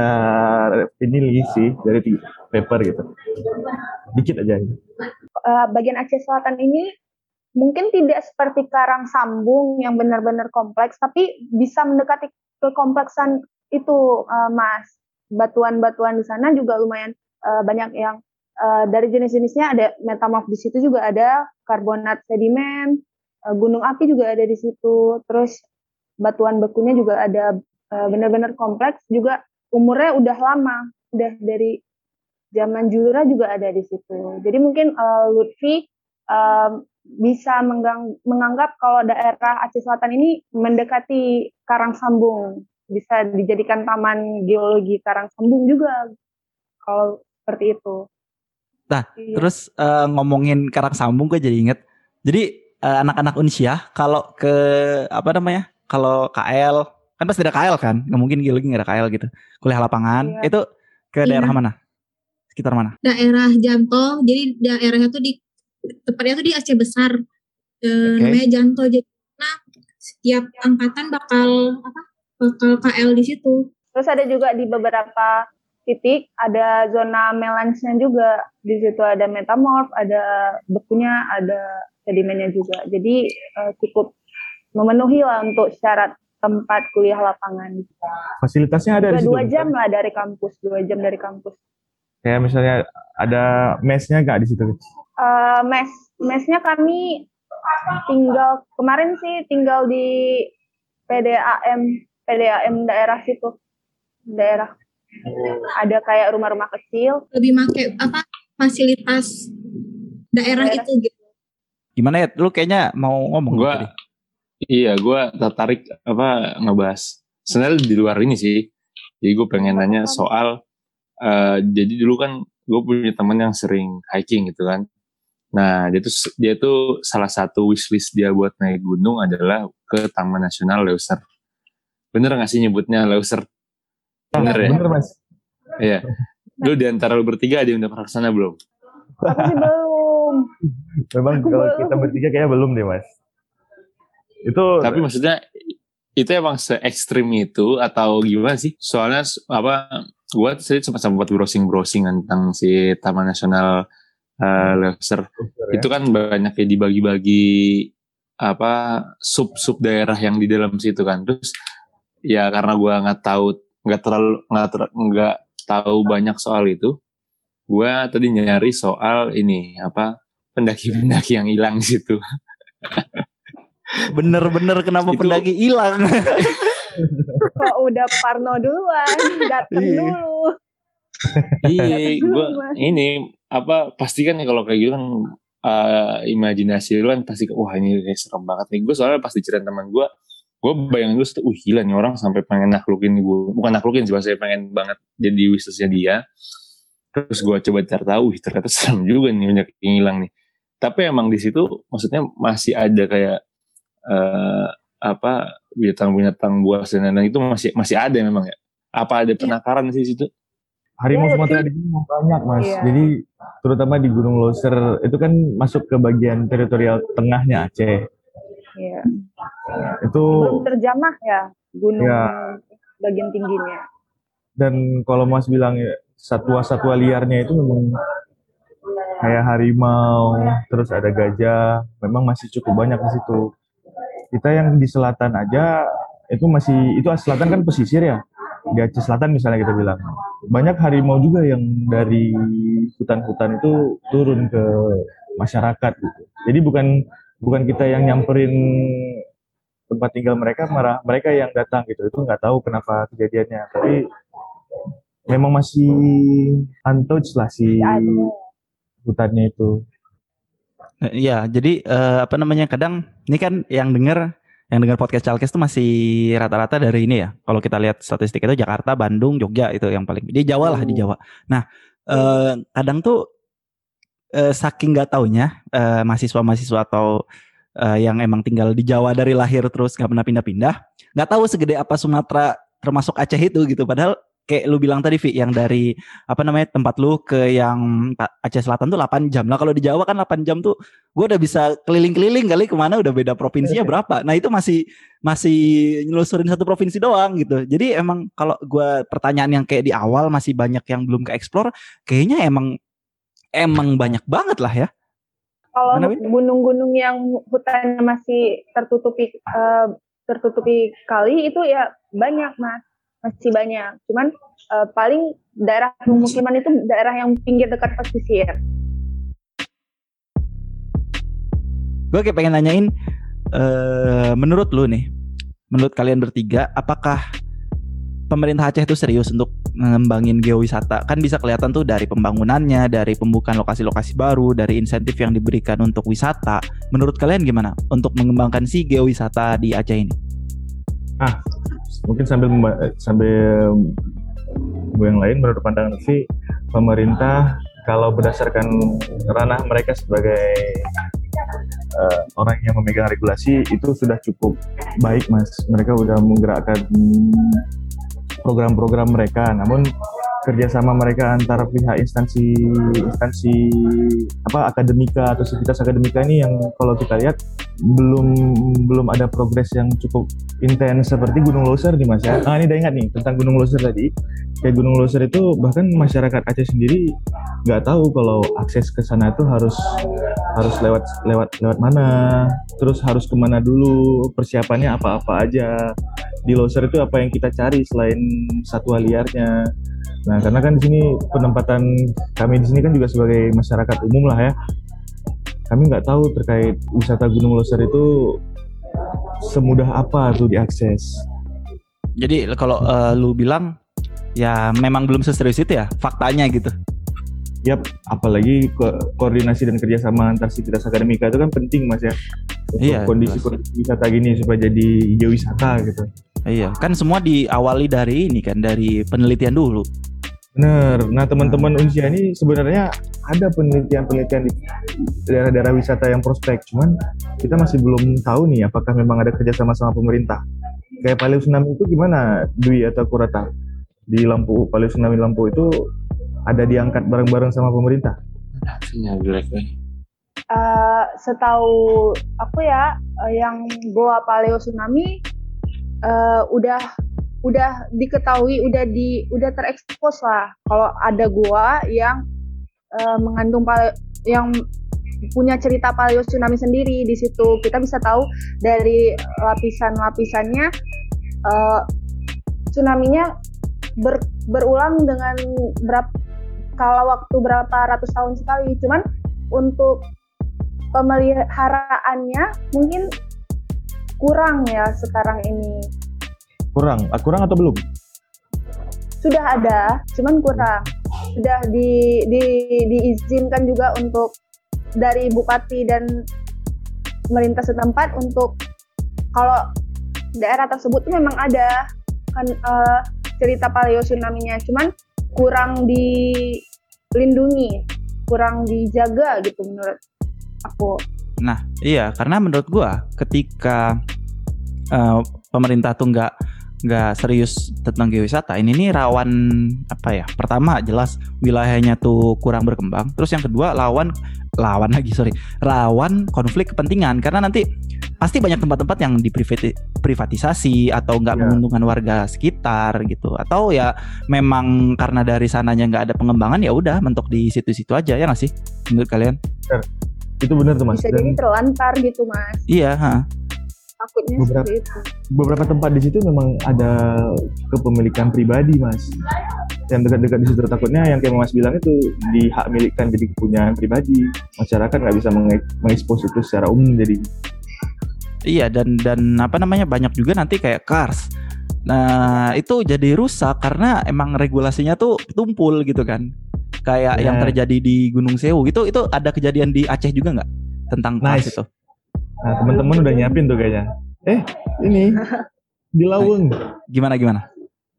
ini sih, dari tiga paper gitu. Dikit aja gitu. Uh, bagian Aceh Selatan ini mungkin tidak seperti karang sambung yang benar-benar kompleks, tapi bisa mendekati kekompleksan itu, uh, Mas. Batuan-batuan di sana juga lumayan uh, banyak yang uh, dari jenis-jenisnya ada metamorf di situ juga ada karbonat sedimen, uh, gunung api juga ada di situ. Terus batuan bekunya juga ada uh, benar-benar kompleks juga umurnya udah lama, udah dari zaman Jura juga ada di situ. Jadi mungkin uh, Lutfi uh, bisa menggang, menganggap kalau daerah Aceh Selatan ini mendekati Karangsambung, bisa dijadikan taman geologi Karangsambung juga kalau seperti itu. Nah, iya. Terus uh, ngomongin Karangsambung gue jadi inget. Jadi uh, anak-anak Unsyah kalau ke apa namanya? Kalau K L kan pasti ada K L kan? Nggak mungkin geologi nggak ada K L gitu. Kuliah lapangan iya. itu ke Iya. daerah mana? Sekitar mana? Daerah Janto. Jadi daerahnya tuh di tepatnya tuh di Aceh Besar. E, okay. Namanya Janto. Jadi nah, setiap angkatan bakal apa? Bakal K L di situ. Terus ada juga di beberapa titik ada zona melansnya juga. Di situ ada metamorf, ada bekunya, ada sedimennya juga. Jadi uh, cukup memenuhi lah untuk syarat tempat kuliah lapangan. Fasilitasnya ada di situ. Dua jam lah dari kampus, dua jam dari kampus. Kayak misalnya ada mesnya nggak di situ? Uh, mes, mesnya kami tinggal kemarin sih tinggal di P D A M, P D A M daerah situ, daerah. Ada kayak rumah-rumah kecil. Lebih make apa fasilitas daerah, daerah. itu gitu. Gimana ya? Lu kayaknya mau ngomong gua, tadi? Iya, gue tertarik apa ngebahas. Sebenarnya di luar ini sih. Jadi gue pengen nanya soal. Uh, jadi dulu kan gue punya teman yang sering hiking gitu kan. Nah dia tuh dia tuh salah satu wishlist dia buat naik gunung adalah ke Taman Nasional Leuser. Bener nggak sih nyebutnya Leuser? Bener ya? Bener Mas. Iya. Lu di antara lu bertiga ada yang udah pernah kesana belum? Aku sih belum. Memang Aku kalau belum. kita bertiga kayaknya belum deh Mas. Itu. Tapi maksudnya itu emang se ekstrim itu atau gimana sih? Soalnya apa? Gue tadi sempat sempat browsing browsing tentang si Taman Nasional uh, Leuser. Ya? Itu kan banyak ya dibagi-bagi apa sub sub daerah yang di dalam situ kan. Terus ya karena gue nggak tahu nggak terlalu nggak ter, nggak tahu banyak soal itu, gue tadi nyari soal ini apa pendaki-pendaki yang hilang di situ. Bener-bener kenapa itu, pendaki hilang? Kok udah parno duluan, dateng dulu. Iya, gue ini apa pasti kan kalau kayak gitu kan uh, imajinasi lu kan pasti wah ini kayak serem banget nih. Gue soalnya pas diceritain teman gue, gue bayangin dulu, uh gila nih orang sampai pengen naklukin gue, bukan naklukin sih, saya pengen banget jadi wishlistnya dia. Terus gue coba cari tahu, ternyata serem juga nih banyak yang hilang nih. Tapi emang di situ maksudnya masih ada kayak uh, apa binatang-binatang buas dan lain-lain itu masih masih ada memang ya. Apa ada penangkaran sih situ? Harimau Ya, Sumatera Lutfi. di sini memang banyak mas. Iya. Jadi terutama di Gunung Loser itu kan masuk ke bagian teritorial tengahnya Aceh. Iya. Itu Belum terjamah ya gunung Ya. bagian tingginya. dan kalau mas bilang ya, satwa-satwa liarnya itu memang kayak harimau, terus ada gajah, memang masih cukup banyak di situ. Kita yang di selatan aja itu masih itu selatan kan pesisir ya. Di Aceh Selatan misalnya kita bilang banyak harimau juga yang dari hutan-hutan itu turun ke masyarakat gitu. Jadi bukan bukan kita yang nyamperin tempat tinggal mereka, marah mereka yang datang gitu. Itu nggak tahu kenapa kejadiannya. Tapi memang masih untouched lah si Ada. hutannya itu. Iya, jadi eh, apa namanya kadang ini kan yang denger yang dengar podcast Chalkes itu masih rata-rata dari ini ya. Kalau kita lihat statistik itu Jakarta, Bandung, Jogja itu yang paling di Jawa lah di Jawa. Nah, eh, kadang tuh eh, saking nggak taunya eh, mahasiswa-mahasiswa atau eh, yang emang tinggal di Jawa dari lahir terus nggak pernah pindah-pindah, nggak tahu segede apa Sumatera termasuk Aceh itu gitu. Padahal kayak lu bilang tadi Vi, yang dari apa namanya tempat lu ke yang Aceh Selatan tuh delapan jam. Nah kalau di Jawa kan delapan jam tuh gue udah bisa keliling-keliling kali kemana, udah beda provinsinya berapa. Nah itu masih masih nyelusurin satu provinsi doang gitu. Jadi emang kalau gue pertanyaan yang kayak di awal masih banyak yang belum ke explore, kayaknya emang emang banyak banget lah ya. Kalau Mana, Win? gunung-gunung yang hutannya masih tertutupi eh, tertutupi kali itu ya banyak mas, masih banyak. Cuman eh, paling daerah pemukiman itu daerah yang pinggir dekat pesisir. Gue kayak pengen nanyain, uh, menurut lu nih, menurut kalian bertiga, apakah pemerintah Aceh itu serius untuk mengembangin geowisata? Kan bisa kelihatan tuh dari pembangunannya, dari pembukaan lokasi-lokasi baru, dari insentif yang diberikan untuk wisata. Menurut kalian gimana untuk mengembangkan si geowisata di Aceh ini? Ah, mungkin sambil sambil yang lain menurut pandangan Lutfi, pemerintah kalau berdasarkan ranah mereka sebagai uh, orang yang memegang regulasi itu sudah cukup baik mas. Mereka sudah menggerakkan program-program mereka, namun kerjasama mereka antara pihak instansi instansi apa akademika atau sivitas akademika ini yang kalau kita lihat belum belum ada progres yang cukup intens seperti Gunung Loser nih mas ya. Nah ini udah ingat nih tentang Gunung Loser tadi. Kayak Gunung Loser itu bahkan masyarakat Aceh sendiri nggak tahu kalau akses ke sana itu harus harus lewat lewat lewat mana, terus harus kemana dulu, persiapannya apa-apa aja. Di Loser itu apa yang kita cari selain satwa liarnya. Nah, karena kan di sini penempatan kami di sini kan juga sebagai masyarakat umum lah ya. Kami nggak tahu terkait wisata Gunung Loser itu semudah apa tuh diakses. Jadi kalau uh, lu bilang ya memang belum seserius itu ya faktanya gitu. Yap, apalagi ko- koordinasi dan kerjasama antar sivitas akademika itu kan penting mas ya. Untuk Iya, kondisi-kondisi wisata gini supaya jadi geowisata gitu. Iya, kan semua diawali dari ini kan, dari penelitian dulu. Bener. Nah teman-teman Unsia ini sebenarnya ada penelitian-penelitian di daerah-daerah wisata yang prospek, cuman kita masih belum tahu nih apakah memang ada kerjasama sama pemerintah. Kayak Paleo Tsunami itu gimana Dwi atau Kurata? Di Lampu, Paleo Tsunami Lampu itu ada diangkat bareng-bareng sama pemerintah? Sinyal jelek nih. Uh, setahu aku ya, uh, yang Goa Paleo Tsunami uh, udah udah diketahui, udah di udah terekspos lah. Kalau ada goa yang uh, mengandung paleo, yang punya cerita Paleo Tsunami sendiri di situ, kita bisa tahu dari lapisan-lapisannya uh, tsunami-nya ber, berulang dengan berapa kala waktu berapa ratus tahun sekali. Cuman untuk pemeliharaannya mungkin kurang ya sekarang ini. Kurang, ah, kurang atau belum? Sudah ada, cuman kurang. Sudah di, di, diizinkan juga untuk dari bupati dan pemerintah setempat untuk kalau daerah tersebut memang ada kan uh, cerita Paleo Tsunami-nya, cuman kurang dilindungi, kurang dijaga gitu menurut aku. Nah, iya, karena menurut gua ketika uh, pemerintah tuh nggak nggak serius tentang geowisata, ini nih rawan apa ya? Pertama jelas wilayahnya tuh kurang berkembang. Terus yang kedua lawan lawan lagi sorry rawan konflik kepentingan karena nanti pasti banyak tempat-tempat yang diprivatisasi atau nggak ya. menguntungkan warga sekitar gitu, atau ya memang karena dari sananya nggak ada pengembangan ya udah mentok di situ-situ aja, ya nggak sih menurut kalian? Benar. Itu benar tuh Mas. Bisa jadi terlantar gitu Mas. Iya. Ha. Takutnya beberapa, seperti itu. Beberapa tempat di situ memang ada kepemilikan pribadi Mas. Yang dekat-dekat di situ takutnya yang kayak Mas bilang itu dihak milikkan jadi kepunyaan pribadi. Masyarakat nggak bisa mengekspos itu secara umum jadi. Iya, dan dan apa namanya banyak juga nanti kayak Kars. Nah itu jadi rusak karena emang regulasinya tuh tumpul gitu kan. Kayak ya. yang terjadi di Gunung Sewu itu itu ada kejadian di Aceh juga nggak tentang Kars nice. itu? Nah teman-teman udah nyiapin tuh kayaknya. Eh ini di Laweng. Gimana gimana?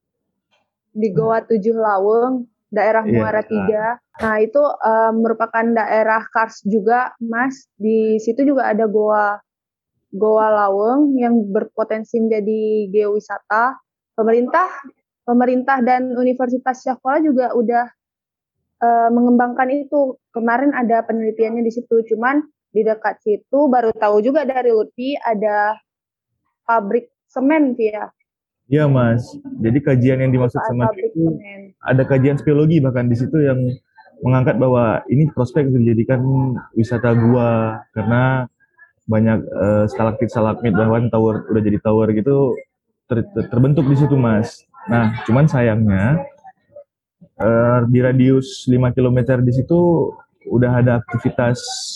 Di Goa tujuh Laweng, daerah Muara tiga. Yeah. Nah itu uh, merupakan daerah Kars juga Mas. Di situ juga ada Goa Goa Laweng yang berpotensi menjadi geowisata. Pemerintah, pemerintah dan Universitas Syahkuala juga udah uh, mengembangkan itu. Kemarin ada penelitiannya di situ. Cuman di dekat situ baru tahu juga dari Lutfi ada pabrik semen ya. Iya Mas. Jadi kajian yang dimaksud semen itu semen. Ada kajian speleologi bahkan di situ yang mengangkat bahwa ini prospek untuk dijadikan wisata gua karena banyak uh, stalaktit stalagmit bahkan tower udah jadi tower gitu ter, ter, terbentuk di situ Mas. Nah, cuman sayangnya uh, di radius lima kilometer di situ udah ada aktivitas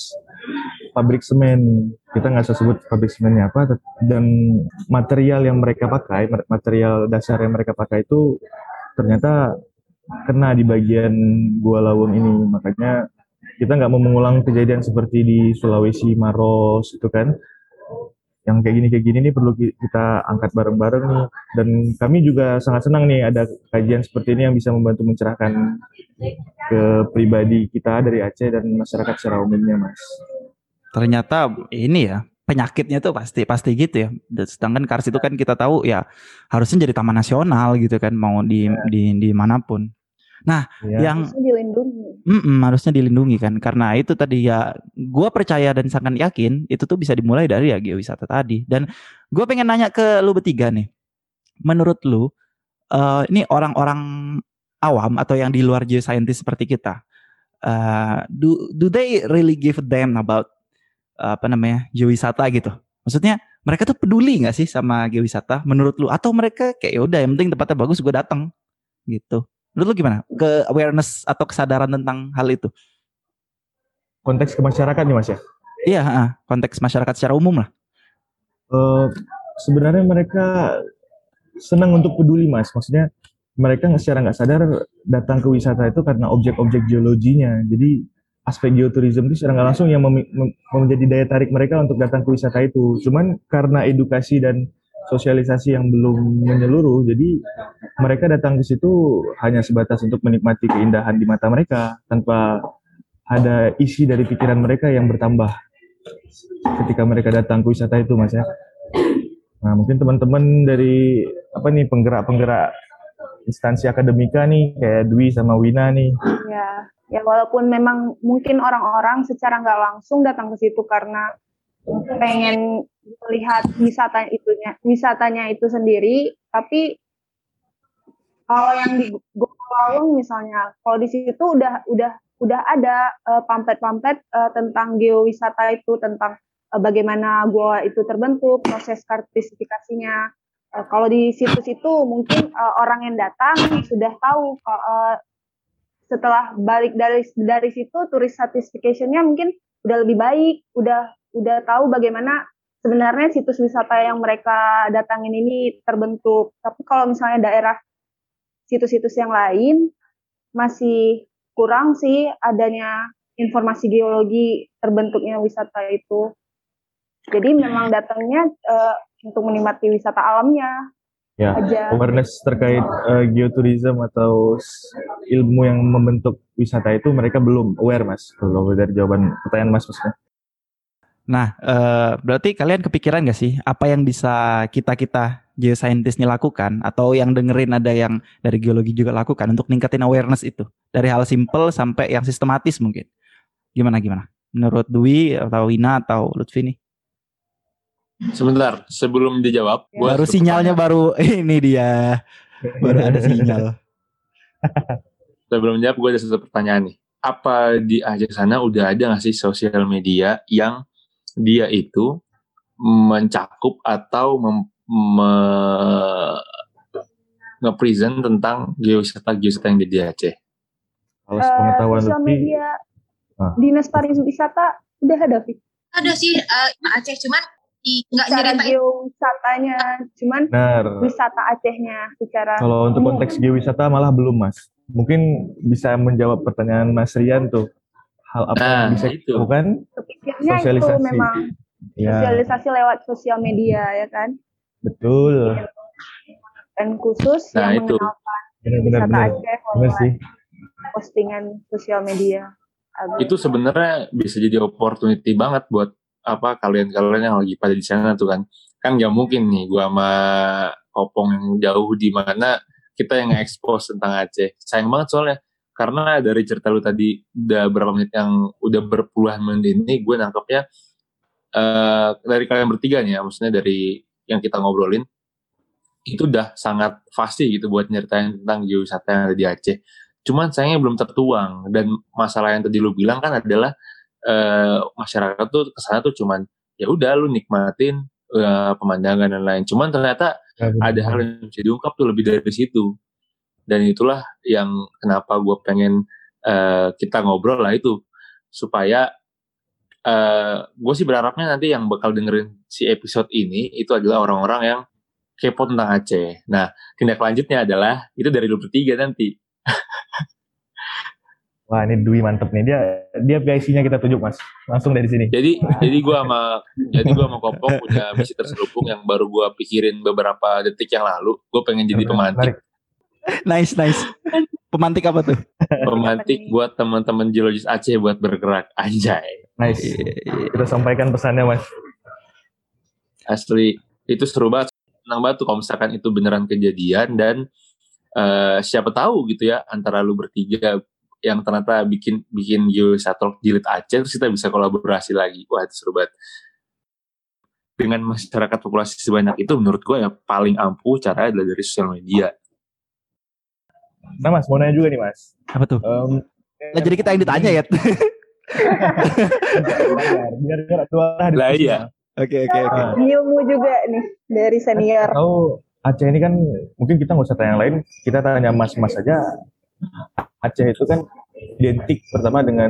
pabrik semen. Kita nggak usah sebut pabrik semennya apa, dan material yang mereka pakai, material dasar yang mereka pakai itu ternyata kena di bagian Gua Laweng ini. Makanya kita nggak mau mengulang kejadian seperti di Sulawesi, Maros itu kan. Yang kayak gini kayak gini nih perlu kita angkat bareng-bareng nih. Dan kami juga sangat senang nih ada kajian seperti ini yang bisa membantu mencerahkan ke pribadi kita dari Aceh dan masyarakat secara umumnya, Mas. Ternyata ini ya penyakitnya tuh pasti pasti gitu ya. Sedangkan Kars itu kan kita tahu ya harusnya jadi taman nasional gitu kan, mau di ya. di di manapun. Nah, ya. yang harusnya dilindungi. harusnya dilindungi kan, karena itu tadi ya, gue percaya dan sangat yakin itu tuh bisa dimulai dari ya geowisata tadi. Dan gue pengen nanya ke lu bertiga nih, menurut lu uh, ini orang-orang awam atau yang di luar geoscientist seperti kita, uh, do do they really give a damn about uh, apa namanya geowisata gitu? Maksudnya mereka tuh peduli nggak sih sama geowisata menurut lu? Atau mereka kayak yaudah yang penting tempatnya bagus gue datang gitu? Menurut lu gimana? Ke awareness atau kesadaran tentang hal itu? Konteks ke masyarakat nih Mas ya? Iya, konteks masyarakat secara umum lah. Uh, sebenarnya mereka senang untuk peduli Mas. Maksudnya mereka secara nggak sadar datang ke wisata itu karena objek-objek geologinya. Jadi aspek geoturism itu secara nggak langsung yang mem- mem- menjadi daya tarik mereka untuk datang ke wisata itu. Cuman karena edukasi dan sosialisasi yang belum menyeluruh, jadi mereka datang ke situ hanya sebatas untuk menikmati keindahan di mata mereka tanpa ada isi dari pikiran mereka yang bertambah ketika mereka datang ke wisata itu Mas ya. Nah mungkin teman-teman dari apa nih penggerak-penggerak instansi akademika nih kayak Dwi sama Wina nih. Ya, ya walaupun memang mungkin orang-orang secara nggak langsung datang ke situ karena pengen melihat wisata itunya, wisatanya itu sendiri, tapi kalau yang di Goa Laweng misalnya, kalau di situ udah udah udah ada uh, pamflet-pamflet uh, tentang geowisata itu, tentang uh, bagaimana gua itu terbentuk, proses kartisifikasinya. Uh, kalau di situs itu mungkin uh, orang yang datang sudah tahu uh, setelah balik dari dari situ turis certification-nya mungkin udah lebih baik, udah udah tahu bagaimana sebenarnya situs wisata yang mereka datangin ini terbentuk. Tapi kalau misalnya daerah situs-situs yang lain masih kurang sih adanya informasi geologi terbentuknya wisata itu. Jadi memang datangnya uh, untuk menikmati wisata alamnya. Ya, aja. Awareness terkait uh, geoturism atau ilmu yang membentuk wisata itu mereka belum aware Mas. Kalau dari jawaban pertanyaan Mas maksudnya. Nah, uh, berarti kalian kepikiran gak sih apa yang bisa kita-kita geoscientist ini lakukan atau yang dengerin ada yang dari geologi juga lakukan untuk ningkatin awareness itu dari hal simple sampai yang sistematis mungkin. Gimana gimana? Menurut Dwi atau Wina atau Lutfi nih? Sebentar, sebelum dijawab, gua Baru sinyalnya baru ini dia. Baru ada sinyal. Sebelum jawab, gue ada satu pertanyaan nih. Apa di Aceh sana udah ada nggak sih sosial media yang dia itu mencakup atau mem, me, nge-present tentang geowisata-geowisata yang ada di Aceh? Kalau sepengetahuan uh, sosial Lutfi, media ah. Dinas Pariwisata udah ada, Fik? Ada sih uh, Aceh, cuman nggak secara nyeritain geowisatanya, cuman benar. Wisata Acehnya secara. Kalau untuk konteks geowisata malah belum, Mas. Mungkin bisa menjawab pertanyaan Mas Rian tuh. Hal apa nah, yang bisa itu. dilakukan? Kepikirnya Sosialisasi. itu memang Ya. sosialisasi lewat sosial media, ya kan? Betul. Dan khusus nah, yang itu. mengenalkan Benar-benar wisata benar. Aceh Benar lewat sih. postingan sosial media. Agar Itu sebenarnya bisa jadi opportunity banget buat apa kalian-kalian yang lagi pada di sana tuh kan. Kan nggak mungkin nih gua sama Kopong yang jauh di mana kita yang nge-expose tentang Aceh. Sayang banget soalnya karena dari cerita lu tadi udah berapa menit yang udah berpuluhan menit ini gue nangkepnya uh, dari kalian bertiga nih ya, maksudnya dari yang kita ngobrolin itu udah sangat fasih gitu buat nyeritain tentang geowisata yang ada di Aceh. Cuman sayangnya belum tertuang, dan masalah yang tadi lu bilang kan adalah uh, masyarakat tuh kesana tuh cuman ya udah lu nikmatin uh, pemandangan dan lain. Cuman ternyata ya, ada hal yang bisa diungkap tuh lebih dari situ. Dan itulah yang kenapa gue pengen uh, kita ngobrol lah itu supaya uh, gue sih berharapnya nanti yang bakal dengerin si episode ini itu adalah orang-orang yang kepo tentang Aceh. Nah, tindak lanjutnya adalah itu dari lu bertiga nanti. Wah, ini Dwi mantep nih, dia dia P I C-nya kita tunjuk, Mas, langsung dari sini. Jadi jadi gue sama jadi gue sama Kopong punya misi terselubung yang baru gue pikirin beberapa detik yang lalu. Gue pengen jadi pemantik. Nice nice. Pemantik apa tuh? Pemantik buat teman-teman geologis Aceh buat bergerak, anjay. Nice. Kita sampaikan pesannya, Mas. Asli itu seru banget. Senang banget tuh kalau misalkan itu beneran kejadian dan uh, siapa tahu gitu ya antara lu bertiga yang ternyata bikin bikin geowisata jilid Aceh terus kita bisa kolaborasi lagi. Wah, itu seru banget. Dengan masyarakat populasi sebanyak itu menurut gue ya paling ampuh caranya adalah dari sosial media. Nah, Mas, mau nanya juga nih, Mas. Apa tuh? Um, nah, jadi kita yang ditanya ya. Biar biar dua hari. Lah iya. Oke oke oke. Ilmu juga nih dari senior. Tahu Aceh ini kan mungkin kita nggak usah tanya yang lain, kita tanya Mas-mas saja. Aceh itu kan identik pertama dengan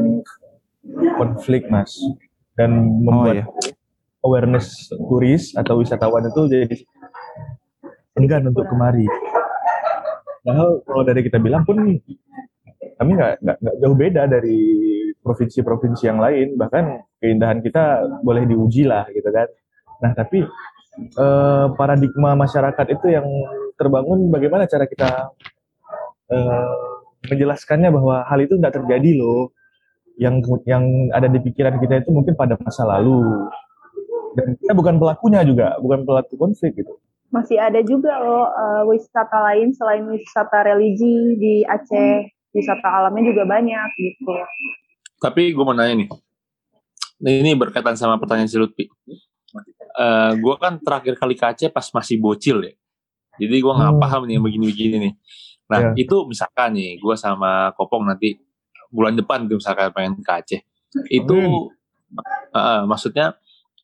konflik, Mas, dan membuat oh, iya. awareness turis atau wisatawan itu jadi enggan untuk kemari. Padahal kalau dari kita bilang pun kami nggak nggak jauh beda dari provinsi-provinsi yang lain, bahkan keindahan kita boleh diuji lah gitu kan. Nah tapi eh, paradigma masyarakat itu yang terbangun, bagaimana cara kita eh, menjelaskannya bahwa hal itu nggak terjadi loh. Yang yang ada di pikiran kita itu mungkin pada masa lalu, dan kita bukan pelakunya juga, bukan pelaku konflik gitu. Masih ada juga loh uh, wisata lain selain wisata religi di Aceh, wisata alamnya juga banyak gitu. Tapi gue mau nanya nih, ini berkaitan sama pertanyaan si Lutfi. Uh, gue kan terakhir kali ke Aceh pas masih bocil ya, jadi gue nggak hmm. paham nih yang begini-begini nih. Nah yeah. itu misalkan nih, gue sama Kopong nanti bulan depan tuh misalkan pengen ke Aceh, itu hmm. uh, maksudnya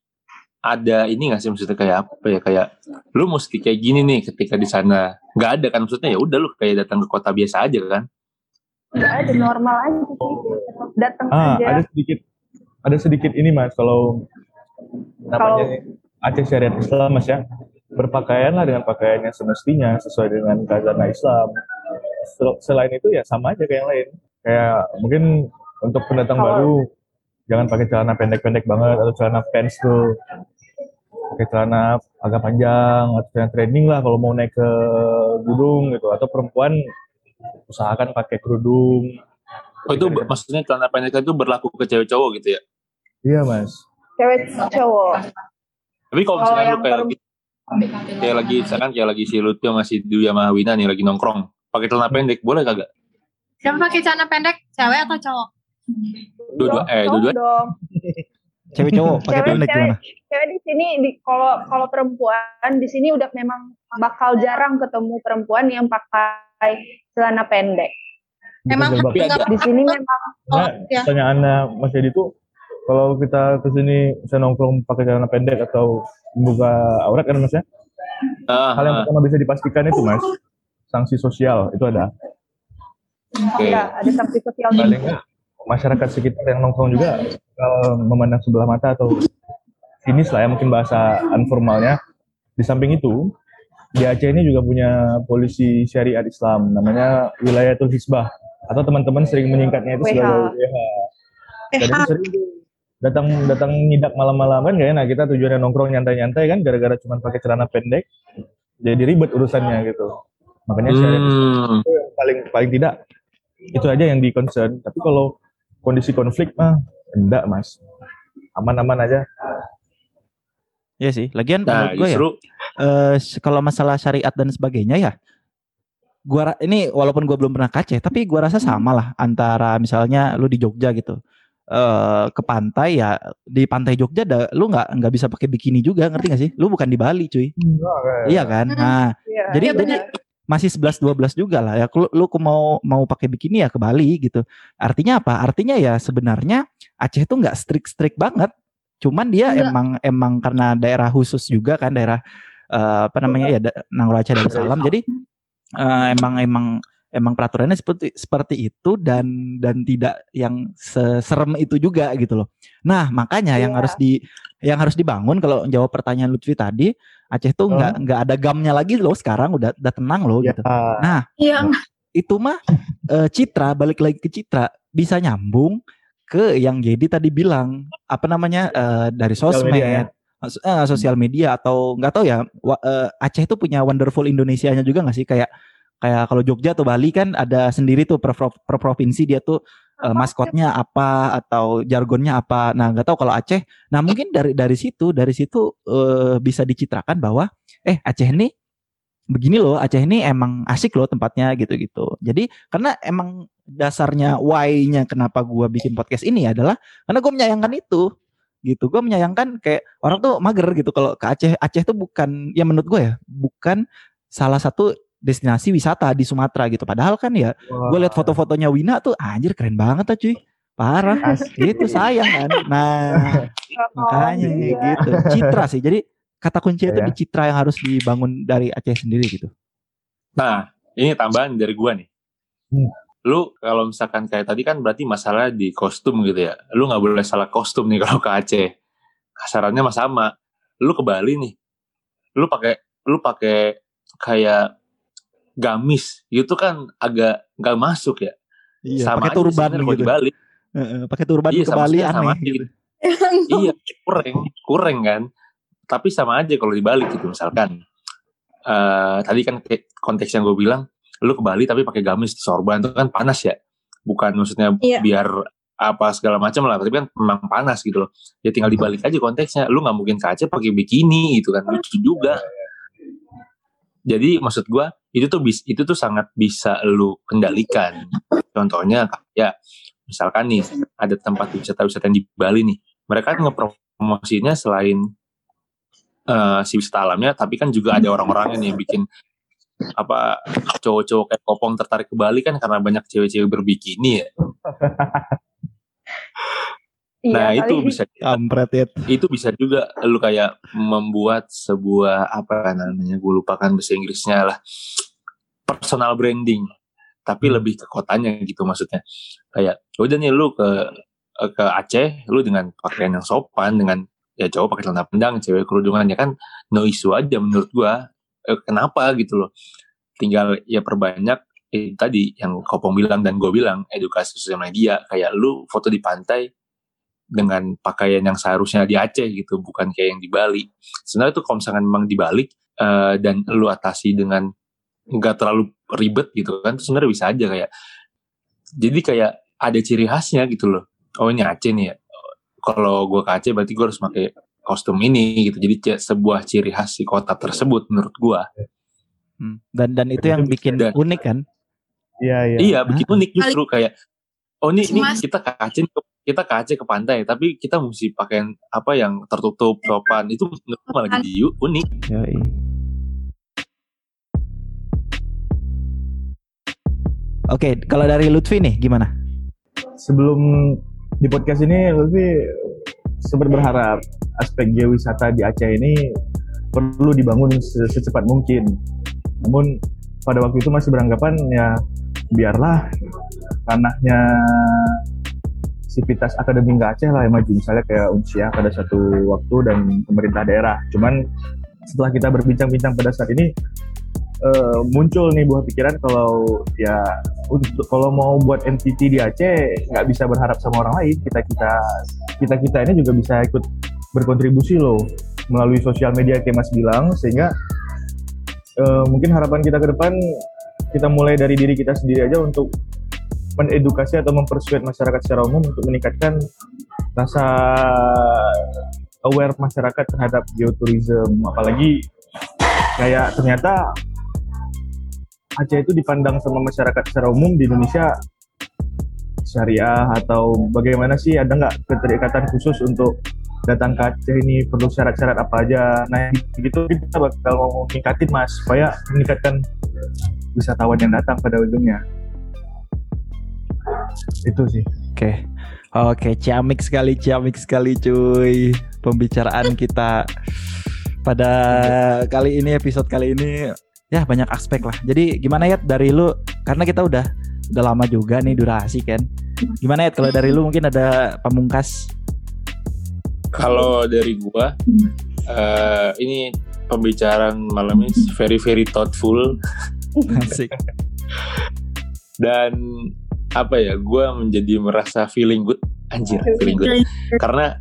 ada ini nggak sih, maksudnya kayak apa ya, kayak lu mesti kayak gini nih ketika di sana, nggak ada kan, maksudnya ya udah lu kayak datang ke kota biasa aja kan? Nggak ada, normal aja sih, datang ah, aja. Ada sedikit, ada sedikit ini Mas, kalau namanya kalau, Aceh Syariat Islam Mas ya, berpakaianlah dengan pakaian yang semestinya sesuai dengan khazanah Islam. Selain itu ya sama aja kayak yang lain. Kayak mungkin untuk pendatang kalau, baru jangan pakai celana pendek-pendek banget atau celana pants tuh. Pakai celana agak panjang atau celana training lah kalau mau naik ke gunung gitu, atau perempuan usahakan pakai kerudung. Oh itu b- maksudnya celana pendek itu berlaku ke cewek cowok gitu ya? Iya Mas. Cewek cowok. Tapi kalau misalnya lu kayak per- gitu, Kayak lagi misalkan kayak lagi si Lutfi sama si Dwi sama Wina nih lagi nongkrong pakai celana pendek boleh kagak? Siapa pakai celana pendek? Cewek atau cowok? Dua-dua eh Cowok dua-dua. dong. Cewek cowok pakai Cewek, pendek cewek, gimana? cewek di sini di kalau kalau perempuan di sini udah memang bakal jarang ketemu perempuan yang pakai celana pendek. Emang Betul, Bang. enggak Di sini memang Oh, Nah, ya. pertanyaannya Mas Edi itu kalau kita kesini bisa nongkrong pakai celana pendek atau membuka aurat kan Mas ya? Ah, Hal yang ah, pertama bisa dipastikan itu Mas, sanksi sosial itu ada. Oke. ya ada sanksi sosial. Paling nggak masyarakat sekitar yang nongkrong juga kalau memandang sebelah mata atau sinis lah ya mungkin bahasa informalnya. Di samping itu di Aceh ini juga punya polisi syariat Islam namanya Wilayatul Hizbah atau teman-teman sering menyingkatnya itu W H. sebagai W H. Dan itu sering tuh datang datang nyidak malam-malam kan gak enak kita tujuannya nongkrong nyantai-nyantai kan gara-gara cuma pakai celana pendek jadi ribet urusannya gitu. Makanya syariat Islam Hmm. itu yang paling paling tidak itu aja yang di concern. Tapi kalau kondisi konflik mah enggak Mas, aman-aman aja. Iya sih. Lagian Nah, menurut gue ya, justru eh, kalau masalah syariat dan sebagainya ya, gua ra- ini walaupun gua belum pernah ke Aceh, tapi gua rasa sama lah antara misalnya lu di Jogja gitu, eh ke pantai ya di pantai Jogja, da, lu nggak nggak bisa pakai bikini juga, ngerti nggak sih? Lu bukan di Bali, cuy. Iya kan? Hmm. Nah, Iya, jadi iya jadi masih sebelas dua belas juga lah ya. Lu, lu mau mau pakai bikini ya ke Bali gitu. Artinya apa? Artinya ya sebenarnya Aceh itu nggak strict-strict banget. Cuman dia Enggak. emang emang karena daerah khusus juga kan, daerah eh, apa namanya ya, da- Nangro Aceh Darussalam. Jadi eh, emang emang emang peraturannya seperti seperti itu dan dan tidak yang seserem itu juga gitu loh. Nah, makanya yang Iya. harus di yang harus dibangun kalau jawab pertanyaan Lutfi tadi, Aceh tuh nggak nggak ada gamnya lagi loh sekarang, udah udah tenang loh Ya, gitu. Nah, Iya. itu mah eh, citra, balik lagi ke citra, bisa nyambung ke yang Gedi tadi bilang apa namanya, eh, dari Sosial sosmed, media ya. Mas- eh, sosial media atau nggak tahu ya, wa- eh, Aceh itu punya wonderful Indonesianya juga nggak sih, kayak kayak kalau Jogja atau Bali kan ada sendiri tuh per, pro- per provinsi dia tuh eh, maskotnya apa atau jargonnya apa. Nah, nggak tahu kalau Aceh. Nah, mungkin dari dari situ dari situ eh, bisa dicitrakan bahwa eh Aceh ini begini loh, Aceh ini emang asik loh tempatnya gitu-gitu. Jadi karena emang dasarnya why-nya kenapa gua bikin podcast ini adalah karena gue menyayangkan itu gitu. Gue menyayangkan kayak orang tuh mager gitu kalau ke Aceh. Aceh tuh bukan, ya menurut gue ya, bukan salah satu destinasi wisata di Sumatera gitu. Padahal kan ya gue lihat foto-fotonya Wina tuh anjir keren banget ah cuy. Parah. Itu sayang kan. Nah, makanya iya. gitu. Citra sih. Jadi kata kuncinya itu Ya. di citra yang harus dibangun dari Aceh sendiri gitu. Nah, ini tambahan dari gua nih. Hmm. Lu kalau misalkan kayak tadi kan berarti masalah di kostum gitu ya. Lu nggak boleh salah kostum nih kalau ke Aceh. Kasarannya mah sama. Lu ke Bali nih. Lu pakai lu pakai kayak gamis itu kan agak nggak masuk ya. Iya, Sama pakai aja turban sebenarnya kalau gitu. di Bali. Heeh, pakai turban Iya, ke sama Bali sekali sama aneh aja gitu. Iya, kurang, kurang kan. Tapi sama aja kalau di Bali gitu misalkan. Eh tadi kan kayak konteks yang gue bilang, lu ke Bali tapi pakai gamis sorban itu kan panas ya. Bukan maksudnya Iya. biar apa segala macam lah, tapi kan memang panas gitu loh. Ya tinggal dibalik aja konteksnya. Lu nggak mungkin ke Aceh pakai bikini gitu kan, lucu juga. Jadi maksud gue itu tuh bis, itu tuh sangat bisa lu kendalikan. Contohnya ya misalkan nih ada tempat wisata-wisata di Bali nih, mereka kan ngepromosinya selain uh, si wisata alamnya, tapi kan juga ada orang-orangnya nih yang bikin apa cowok-cowok kayak kopong tertarik ke Bali kan karena banyak cewek-cewek berbikini ya. Nah Iya, itu kali. bisa Kampret ya. itu bisa juga lu kayak membuat sebuah apa namanya gue lupakan bahasa Inggrisnya lah, personal branding tapi lebih ke kotanya gitu maksudnya. Kayak udah nih lu ke ke Aceh lu dengan pakaian yang sopan, dengan ya cowok pakai celana panjang, cewek kerudungan, ya kan no issue aja menurut gua. Eh, kenapa gitu loh, tinggal ya perbanyak eh, tadi yang Kopong bilang dan gue bilang, edukasi sosial media. Kayak lu foto di pantai dengan pakaian yang seharusnya di Aceh gitu, bukan kayak yang di Bali. Sebenarnya tuh kalau misalkan memang dibalik uh, dan lu atasi dengan nggak terlalu ribet gitu kan, sebenarnya bisa aja kayak, jadi kayak ada ciri khasnya gitu loh. Oh ini Aceh nih ya, kalau gue ke Aceh berarti gue harus pakai kostum ini gitu. Jadi c- sebuah ciri khas si kota tersebut menurut gue. Hmm. Dan dan itu yang bikin Dan- unik kan? Iya, iya. Iya, bikin unik justru kayak oh ini ini Mas. kita ke Aceh kita ke Aceh ke pantai, tapi kita mesti pakaian apa yang tertutup sopan. Itu menurut gue malah jadi unik. Yoi. Oke, kalau dari Lutfi nih gimana? Sebelum di podcast ini Lutfi sempat berharap aspek geowisata di Aceh ini perlu dibangun se- secepat mungkin. Namun pada waktu itu masih beranggapan ya biarlah ranahnya Sivitas Akademi Aceh lah yang maju, misalnya kayak Unsia pada satu waktu dan pemerintah daerah. Cuman setelah kita berbincang-bincang pada saat ini uh, muncul nih buah pikiran kalau ya untuk kalau mau buat entity di Aceh nggak bisa berharap sama orang lain. Kita kita kita kita ini juga bisa ikut berkontribusi loh melalui sosial media kayak Mas bilang, sehingga uh, mungkin harapan kita ke depan kita mulai dari diri kita sendiri aja untuk mengedukasi atau mempersuade masyarakat secara umum untuk meningkatkan rasa aware masyarakat terhadap geotourism. Apalagi kayak ternyata Aceh itu dipandang sama masyarakat secara umum di Indonesia syariah, atau bagaimana sih, ada nggak keterikatan khusus untuk datang ke Aceh ini, perlu syarat-syarat apa aja. Nah gitu kita bakal mau meningkatin Mas, supaya meningkatkan wisatawan yang datang pada ujungnya. Itu sih. Oke. Oke, ciamik sekali, ciamik sekali cuy. Pembicaraan kita pada kali ini, episode kali ini ya banyak aspek lah. Jadi gimana ya dari lu, karena kita udah udah lama juga nih durasi kan. Gimana ya kalau dari lu, mungkin ada pamungkas? Kalau dari gua uh, ini pembicaraan malam ini very very thoughtful. Asik. Dan apa ya, gue menjadi merasa feeling good, anjir, feeling good, karena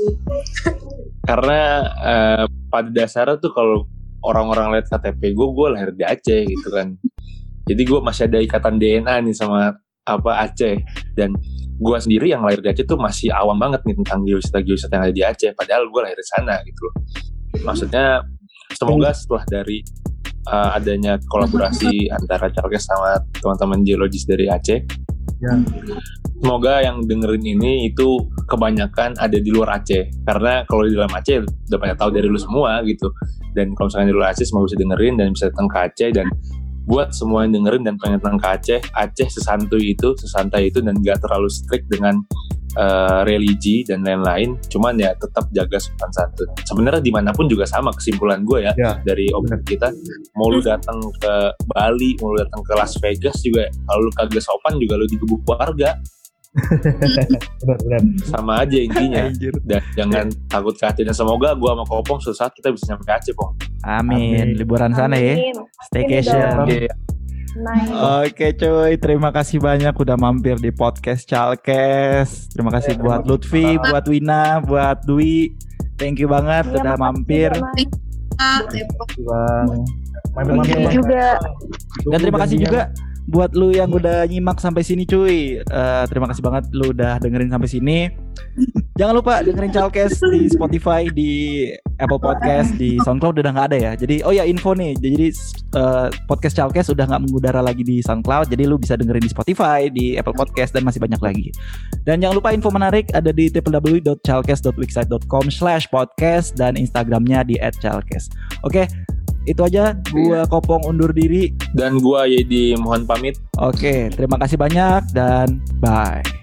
karena uh, pada dasarnya tuh kalau orang-orang lihat K T P gue, gue lahir di Aceh gitu kan, jadi gue masih ada ikatan D N A nih sama apa Aceh, dan gue sendiri yang lahir di Aceh tuh masih awam banget nih tentang geowisata-geowisata yang ada di Aceh, padahal gue lahir di sana gitu loh. Maksudnya semoga setelah dari uh, adanya kolaborasi antara Chalkes sama teman-teman geologis dari Aceh, Ya. semoga yang dengerin ini itu kebanyakan ada di luar Aceh, karena kalau di dalam Aceh udah banyak tahu dari lu semua gitu. Dan kalau misalnya di luar Aceh semoga bisa dengerin dan bisa datang ke Aceh. Dan buat semua yang dengerin dan pengen datang ke Aceh, Aceh sesantuy itu, sesantai itu, dan gak terlalu strict dengan uh, religi dan lain-lain. Cuman ya tetap jaga sopan santun. Sebenarnya dimanapun juga sama, kesimpulan gue ya, Ya, dari obrolan kita. Mau lu datang ke Bali, mau lu datang ke Las Vegas juga, kalau lu kagak sopan juga lu digebuk warga. benar-benar. Sama aja intinya. Anjir. Dan jangan takut ke Aceh. Dan semoga gue sama Kopong suatu saat kita bisa sampai ke Aceh, Pong. Amin. Amin. Liburan sana ya. Amin. Staycation. Oke. Nice. Oke cuy, terima kasih banyak udah mampir di podcast Chalkes. Terima kasih Ya, buat terima Lutfi, kasih. buat Wina, buat Dwi. Thank you banget Iya, udah makasih mampir. juga, Mas. Ah, Bang. Main-main Oke. Bang. Juga. Dan terima kasih juga buat lu yang udah nyimak sampai sini cuy. Eh, terima kasih banget lu udah dengerin sampai sini. Jangan lupa dengerin Chalkes di Spotify, di Apple Podcast, di SoundCloud udah nggak ada ya. Jadi oh ya info nih, jadi eh, podcast Chalkes udah nggak mengudara lagi di SoundCloud. Jadi lu bisa dengerin di Spotify, di Apple Podcast, dan masih banyak lagi. Dan jangan lupa info menarik ada di w w w dot chalkes dot wixsite dot com slash podcast dan Instagramnya di at chalkes. Oke, itu aja. Gua Kopong undur diri. Dan gue Yedi mohon pamit. Oke, terima kasih banyak dan bye.